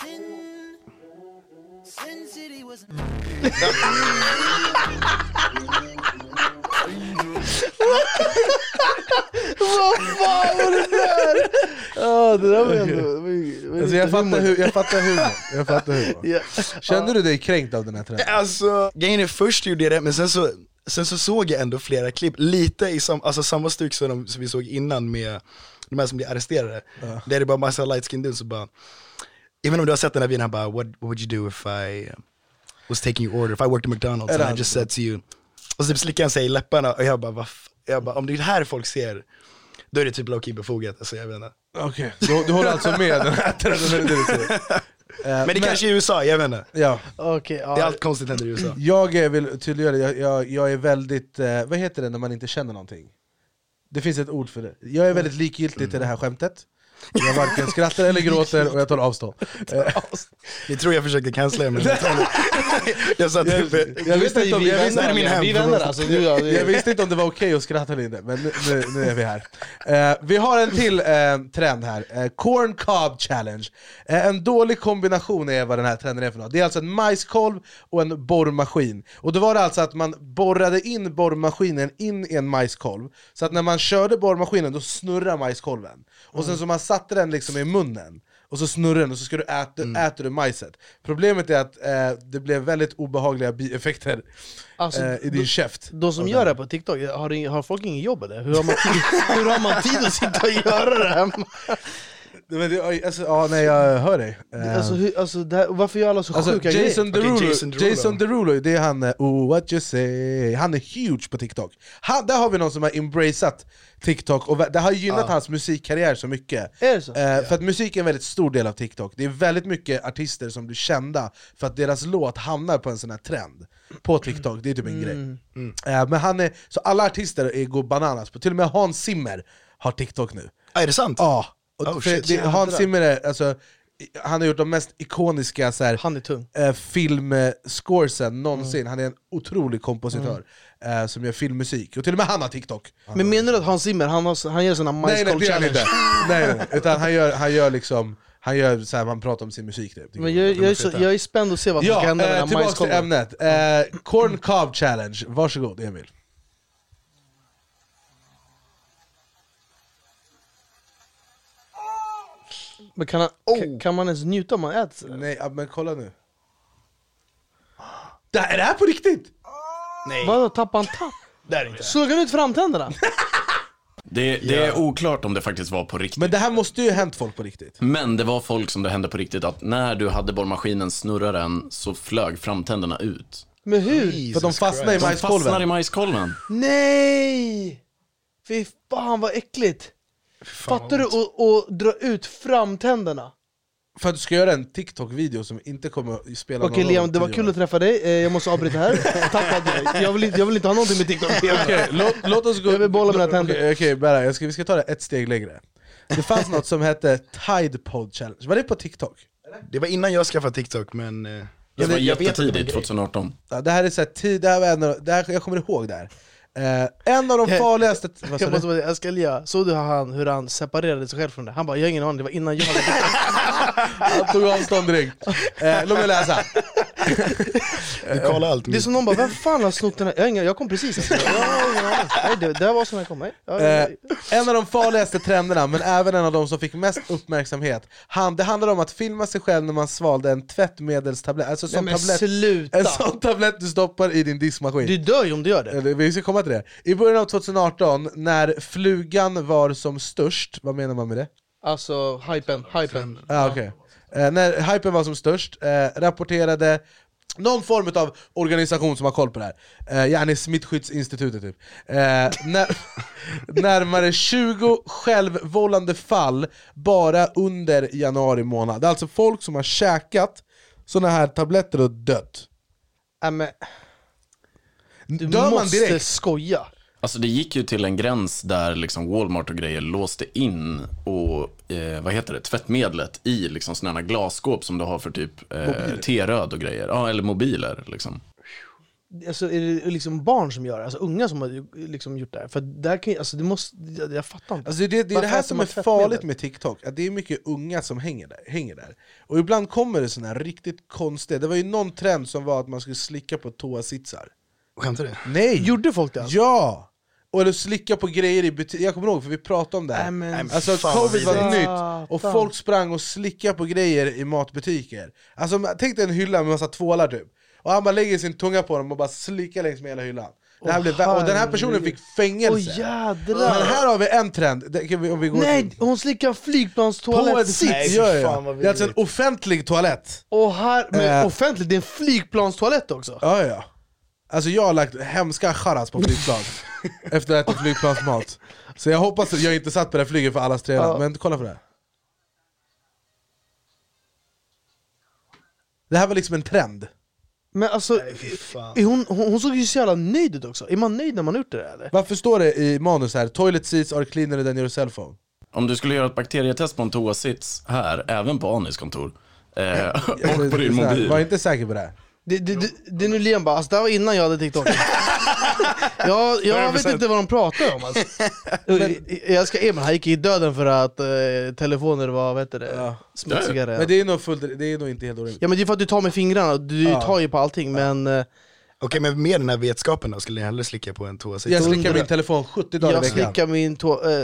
Vad fan var det där? Det där var ändå...
Alltså jag fattar humor. Yeah. Kände du dig kränkt av den här trenden?
Alltså, grejen är först gjorde jag det, men sen så såg jag ändå flera klipp, lite i samma styck som vi såg innan med de här som blir arresterade. Där är det bara massa light skin dudes och bara, även om du har sett den här videon, han bara, what would you do if I was taking your order, if I worked at McDonald's and I just said to you, och så typ slickade han sig i läpparna och jag bara, om det är det här folk ser, då är det typ low-key befogat, alltså jag vet inte.
Okej, du håller alltså med den här trenden.
Men det kanske är i USA, jag vet inte.
Ja.
Okay,
det är
allt konstigt händer i USA.
Jag vill tydliggöra, jag är väldigt, vad heter det när man inte känner någonting? Det finns ett ord för det. Jag är väldigt likgiltig till det här skämtet. Jag varken skrattar eller gråter och jag tar avstånd.
Ni tror jag försökte cancella men
jag visste inte om jag visste inte om det var okej att skratta eller inte, men nu är vi här. Vi har en till trend här. Corn Cob Challenge. En dålig kombination är vad den här trenden är för något. Det är alltså en majskolv och en borrmaskin. Och då var det alltså att man borrade in borrmaskinen in i en majskolv, så att när man körde borrmaskinen då snurrar majskolven. Och sen så man satte den liksom i munnen och så snurrar den och så ska du äter du majset. Problemet är att det blev väldigt obehagliga bieffekter i din käft.
De som gör det på TikTok, har folk ingen jobb eller? Hur har man tid att sitta och göra det här?
Nej, jag hör dig.
Varför gör alla så sjuka
grejer? Jason Derulo, det är han, what you say. Han är huge på TikTok. Där har vi någon som har embraceat TikTok, och det har gynnat hans musikkarriär så mycket.
Är det så?
För att musik är en väldigt stor del av TikTok. Det är väldigt mycket artister som blir kända för att deras låt hamnar på en sån här trend på TikTok. Det är typ en grej. Men så alla artister går bananas på. Till och med Hans Zimmer har TikTok nu.
Är det sant?
Ja. Hans Zimmer är, alltså, han har gjort de mest ikoniska filmscoresen någonsin. Han är en otrolig kompositör som gör filmmusik. Och till och med han har TikTok.
Men menar du att Hans Zimmer, han gör såna majskolv challenge?
Nej, utan han gör liksom, han gör så här, man pratar om sin musik typ.
Men jag är spänd att se vad som ska hända med den här majskolven.
Tillbaka till ämnet. Corn Cob Challenge. Varsågod Emil.
Men kan man ens njuta om man äter?
Nej, men kolla nu. Är det här på riktigt?
Nej. Vadå, tappa en tapp?
Det är inte.
Såg han ut framtänderna?
Det är oklart om det faktiskt var på riktigt.
Men det här måste ju hänt folk på riktigt.
Men det var folk som det hände på riktigt, att när du hade borrmaskinen snurra den så flög framtänderna ut.
Men hur?
För de fastnar i majskolven.
De fastnar i majskolven.
Nej! Fy fan vad äckligt. Fattar du att dra ut framtänderna?
För att du ska göra en TikTok-video som inte kommer att spela
Okej, Liam, det var kul att träffa dig. Jag måste avbryta här. Tack, jag vill inte ha någonting med TikTok.
Okej, låt oss gå.
Jag vill bolla mina tänder.
Okej, bara, vi ska ta det ett steg längre. Det fanns något som hette Tide Pod Challenge. Var det på TikTok?
Det var innan jag skaffade TikTok, men
det var jättetidigt, 2018.
Ja, det här är så här tid, jag kommer ihåg det här. En av de farligaste...
Jag ska lia. Såg du hur han separerade sig själv från det? Han bara, jag har ingen aning, det var innan jag hade
han tog avstånd direkt. Låt mig läsa.
Det är som någon bara, vem fan har snott den här? Jag kom precis. Det var som jag kom.
En av de farligaste trenderna, men även en av de som fick mest uppmärksamhet. Det handlar om att filma sig själv när man svalde en tvättmedelstablett. Alltså en sån tablett du stoppar i din diskmaskin.
Du dör ju om du gör det.
Vi ska komma till det. I början av 2018, när flugan var som störst, vad menar man med det?
Alltså hypen.
Okay. När hypen var som störst rapporterade någon form av organisation som har koll på det här. Yani Smittskyddsinstitutet typ. Närmare 20 självvållande fall bara under januari månad. Det är alltså folk som har käkat såna här tabletter och dött.
Men du
dör man
måste
direkt?
skoja.
Alltså det gick ju till en gräns där liksom Walmart och grejer låste in och vad heter det, tvättmedlet i liksom såna här glasskåp som du har för typ T-röd och grejer. Ja, eller mobiler liksom.
Alltså är det liksom barn som gör det? Alltså unga som har liksom gjort det här? För där kan alltså det måste, jag fattar inte.
Alltså det är det här som är farligt med TikTok, att det är mycket unga som hänger där. Och ibland kommer det såna här riktigt konstiga. Det var ju någon trend som var att man skulle slicka på toasitsar.
Skämtar du?
Nej!
Gjorde folk det?
Ja! Eller slicka på grejer i butik. Jag kommer ihåg, för vi pratade om det här. Alltså covid var nytt och folk sprang och slickade på grejer i matbutiker. Alltså tänk dig en hylla med massa tvålar typ. Och han bara lägger sin tunga på dem och bara slickar längs med hela hyllan. Det här blev och den här personen fick fängelse.
Jädrar.
Men här har vi en trend. Om vi går
nej, hon slickar flygplanstoalett.
På ett sitt. Det är alltså en offentlig toalett.
Men offentlig, det är en flygplanstoalett också.
Ja. Alltså jag har lagt hemska charas på flygplan efter att äta flygplansmat. Så jag hoppas att jag inte satt på det flyget för alla strävan. Men kolla på det här. Det här var liksom en trend.
Men alltså, hon såg ju så jävla nöjd ut också. Är man nöjd när man gjort det eller?
Varför står det i manus här? Toilet seats are cleaner than your cell phone.
Om du skulle göra ett bakterietest på en toasits här, även på Anis kontor och på din mobil.
Var inte säker på det här.
Det är nu Liam bara, alltså det var innan jag hade TikTok. jag vet inte vad de pratar om alltså. Jag ska han gick i döden för att telefoner var smutsigare.
Men det är nog inte helt orimligt.
Ja men det är för att du tar med fingrarna, du tar ju på allting men
Okej, men med den här vetskapen då, skulle ni hellre slicka på en toasits?
Jag slickar min telefon 70 dagar i veckan.
Jag slickar min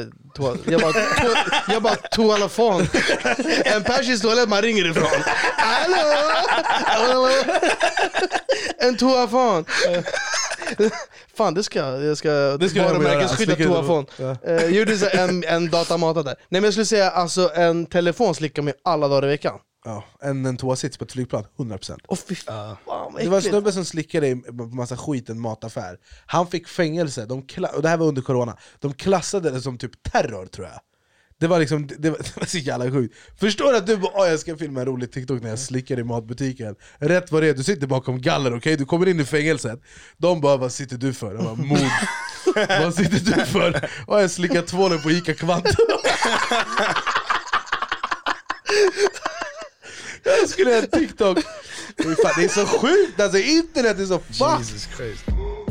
jag bara toalafon. En persisk toalett man ringer ifrån. Hallå? En toalafon. Fan, det ska varumärkesskydda toafon. Jag gjorde så en datamata där. Nej men jag skulle säga, alltså en telefon slickar mig alla dagar i veckan.
Ja, en toasits på ett flygplan, 100%.
Det
var en snubbe som slickade i massa skit i en mataffär. Han fick fängelse, och det här var under corona. De klassade det som typ terror tror jag. Det var så jävla sjukt. Förstår att du bara, jag ska filma en rolig TikTok när jag slickar i matbutiken. Rätt vad det är, du sitter bakom galler, okej? Du kommer in i fängelset. De bara, vad sitter du för? Jag bara, mord. Vad sitter du för? Och jag slickar tvålen på Ica Kvant. Jag skulle göra en TikTok. Det är så sjukt, alltså internet är så fuck.
Jesus Christ.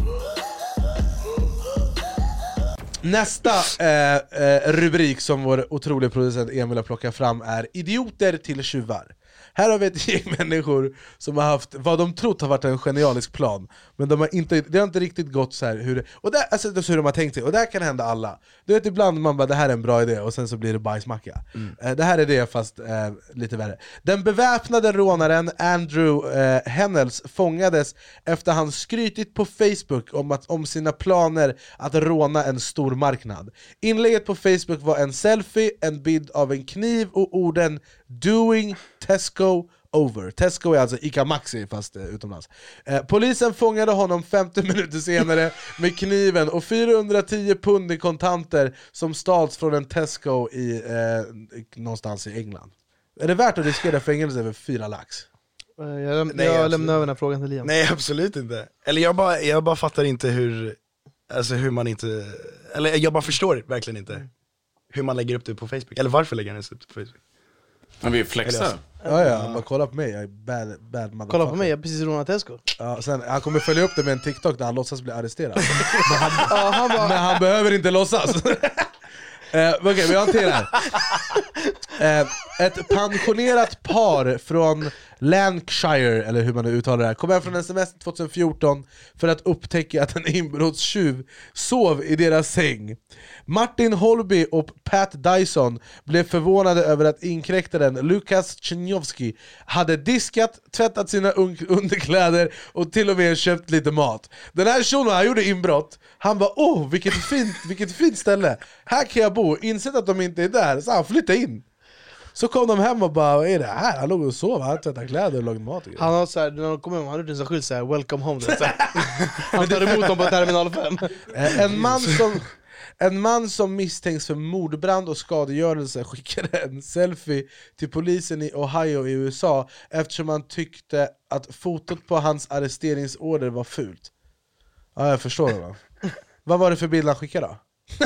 Nästa rubrik som vår otroliga producent Emil har plockat fram är idioter till tjuvar. Här har vi ett gäng människor som har haft vad de trott har varit en genialisk plan, men det har inte riktigt gått så här hur de har tänkt sig. Och det här kan hända alla. Du vet, ibland man bara, det här är en bra idé, och sen så blir det bajsmacka. Det här är det, fast lite värre. Den beväpnade rånaren Andrew Hennels fångades efter han skrytit på Facebook om sina planer att råna en stor marknad. Inlägget på Facebook var en selfie, en bild av en kniv och orden "doing Tesco over". Tesco är alltså Ica Maxi fast utomlands. Polisen fångade honom 50 minuter senare med kniven och 410 pund i kontanter som stals från en Tesco i någonstans i England. Är det värt att riskera fängelse över 4 lax?
Jag lämnar över den här frågan till Liam.
Nej, absolut inte. Eller jag bara fattar inte hur man inte... Eller jag bara förstår verkligen inte hur man lägger upp det på Facebook. Eller varför lägger han upp det på Facebook?
Men vi flexar.
Ja, bara kolla på mig, jag är bad motherfucker.
Kolla på mig, jag är precis rånat Tesco.
Ja, sen, han kommer följa upp det med en TikTok där han låtsas bli arresterad. Men han behöver inte låtsas. Okej, vi har en till här. Ett pensionerat par från Lancashire, eller hur man nu uttalar det här, kom hem från en semester 2014 för att upptäcka att en inbrottstjuv sov i deras säng. Martin Holby och Pat Dyson blev förvånade över att inkräktaren Lukas Czeniowski hade diskat, tvättat sina underkläder och till och med köpt lite mat. Den här shunon, han gjorde inbrott. Han bara, vilket fint ställe. Här kan jag bo. Insett att de inte är där, så han flyttade in. Så kom de hem och bara, vad är det här? Han låg och sov, han tvättade kläder och lagade mat.
Han har såhär, när de kom hem, han hade en sån skylt såhär, welcome home. Han tar emot dem på terminal 5.
En man som misstänks för mordbrand och skadegörelse skickade en selfie till polisen i Ohio i USA eftersom han tyckte att fotot på hans arresteringsorder var fult. Ja, jag förstår det. Vad var det för bild han skickade då?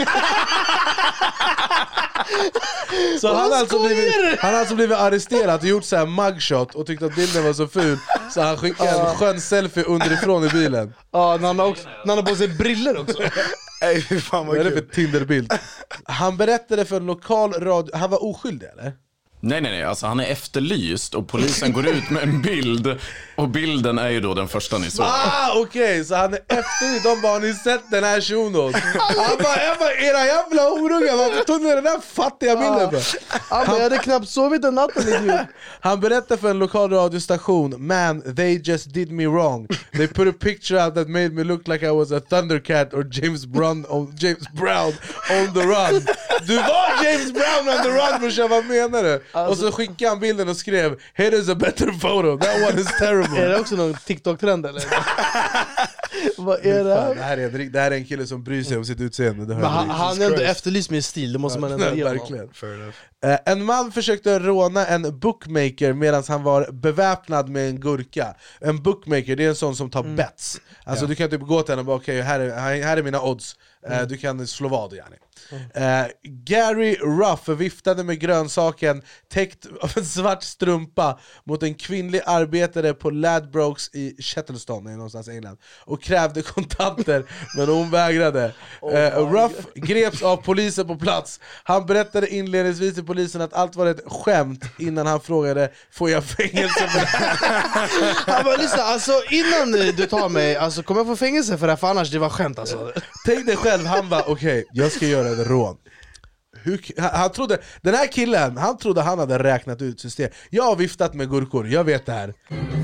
Så han har alltså blivit arresterad och gjort så här mugshot och tyckte att bilden var så ful så han skickade en skön selfie underifrån i bilen.
Ja, när han har på sig briller också.
Fan vad
vad är det för Tinderbild? Han berättade för en lokal radio. Han var oskyldig eller?
Nej, alltså han är efterlyst och polisen går ut med en bild och bilden är ju då den första ni såg.
Okej, så han är efterlyst. De bara, har ni sett den här shunon? Han bara, era jävla horungar, varför tog ni den där fattiga bilden för?
Han bara, jag hade knappt sovit den natten.
Han berättade för en lokal radiostation, man, they just did me wrong. They put a picture out that made me look like I was a Thundercat or James Brown on the run. Du var James Brown on the run, brorsan, vad menar du? Och så skickade han bilden och skrev, here is a better photo, that one is terrible.
Är det också någon TikTok-trend eller? Vad är det här?
Det här är en kille som bryr sig om sitt utseende.
Men han är ändå efterlyst med stil, det måste man ändå ge
verkligen. En man försökte råna en bookmaker medan han var beväpnad med en gurka. En bookmaker, det är en sån som tar bets. Alltså du kan typ gå till henne och bara, okej, här är mina odds. Du kan slå vad, yani. Gary Ruff viftade med grönsaken täckt av en svart strumpa mot en kvinnlig arbetare på Ladbrokes i Shettleston någonstans i England och krävde kontanter men hon vägrade. Ruff greps av polisen på plats. Han berättade inledningsvis till polisen att allt var ett skämt innan han frågade, får jag fängelse för det här?
Han bara, lyssna, alltså innan du tar mig, alltså kommer jag få fängelse för det här, för annars det var skämt alltså.
Tänk dig själv, han bara, okej, jag ska göra ett rån. Han trodde, den här killen, han trodde han hade räknat ut system. Jag har viftat med gurkor, jag vet det här.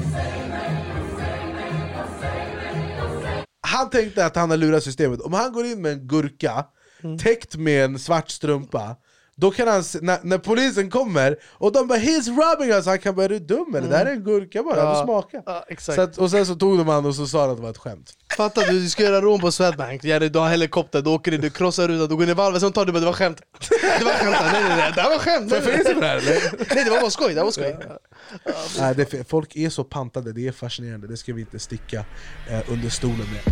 Han tänkte att han har lurat systemet. Om han går in med en gurka täckt med en svart strumpa, då kan han, när polisen kommer och de bara, he's robbing us, han kan bara, är du dum eller? Det här är en gurka bara, du smakar.
Exakt.
Så att, och sen så tog de han och så sa han att det var ett skämt.
Fattar du ska göra rån på Swedbank, du har helikopter, du åker in, du krossar rutan, du går in i valvet, sen tar du bara, det var skämt. Det var skämt, nej, det här var skämt.
Vad finns det för det här?
Nej, det var bara skoj, det var skoj.
Nej, folk är så pantade, det är fascinerande, det ska vi inte sticka under stolen med.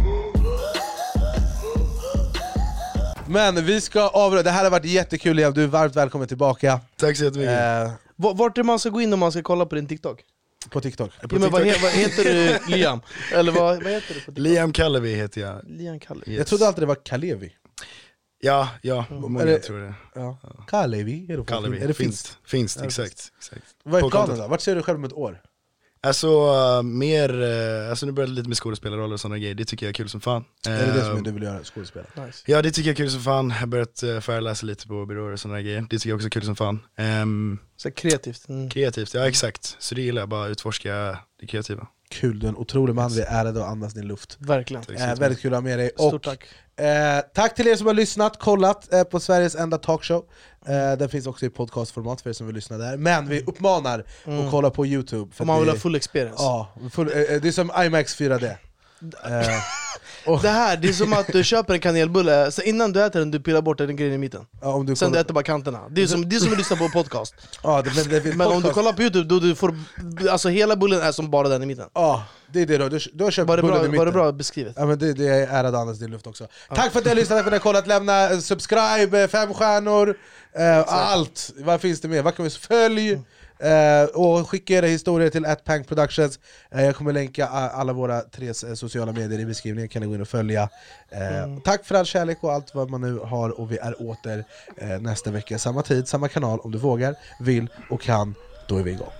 Men vi ska avrunda, det här har varit jättekul igen, du är varmt välkommen tillbaka.
Tack så jättemycket.
Vart är man ska gå in om man ska kolla på din TikTok?
På TikTok.
Men vad heter du? Liam? Eller vad heter du på TikTok?
Liam Kalevi heter jag.
Liam Kalevi.
Yes. Jag trodde alltid det var Kalevi.
Ja, många tror det.
Ja. Kalevi, är det
finst, exakt.
Vad är planen då? Vart ser du själv om ett år?
Alltså nu börjar det lite med skådespelarroller och sådana grejer. Det tycker jag är kul som fan.
Är det som du vill göra, skådespelare?
Nice.
Ja, det tycker jag är kul som fan. Jag har börjat föreläsa lite på byråer och sådana grejer. Det tycker jag också är kul som fan.
Så kreativt.
Kreativt, ja exakt. Så det gillar jag, bara utforska det kreativa.
Kul, du är en otrolig man, vi är ärade och andas din luft.
Verkligen.
Väldigt kul att ha med dig.
Stort tack.
Tack till er som har lyssnat, kollat på Sveriges enda talkshow. Den finns också i podcastformat för er som vill lyssna där. Men vi uppmanar att kolla på YouTube för
om man vill ha full experience.
Ja, det är som IMAX 4D.
Det här, det är som att du köper en kanelbulle, så innan du äter den, du pillar bort den grejen i mitten. Sen du äter bara kanterna. Det är som att lyssna på podcast. Men om du kollar på YouTube, då du får, alltså hela bullen är som bara den i mitten.
Ja, det är det då. Du har köpt bullen i mitten.
Var det bra beskrivet?
Ja, men det är ärad andas din luft också. Tack för att ni har lyssnat, för att ni har kollat. Lämna subscribe, 5 stjärnor, allt. Vad finns det mer? Vad kan vi följa? Och skicka era historier till @Pank Productions. Jag kommer länka alla våra 3 sociala medier i beskrivningen, kan ni gå in och följa. Tack för all kärlek och allt vad man nu har, och vi är åter nästa vecka, samma tid, samma kanal. Om du vågar, vill och kan, då är vi igång.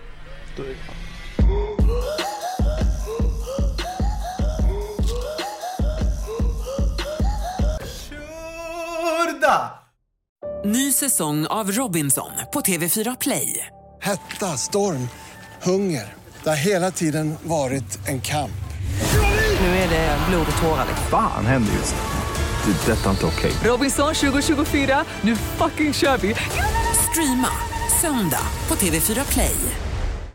Ny säsong av Robinson på TV4 Play.
Hetta, storm, hunger. Det har hela tiden varit en kamp.
Nu är det blod och tårar.
Fan händer just det. Det är detta inte okej.
Robinson 2024, nu fucking kör vi. Streama söndag på TV4 Play.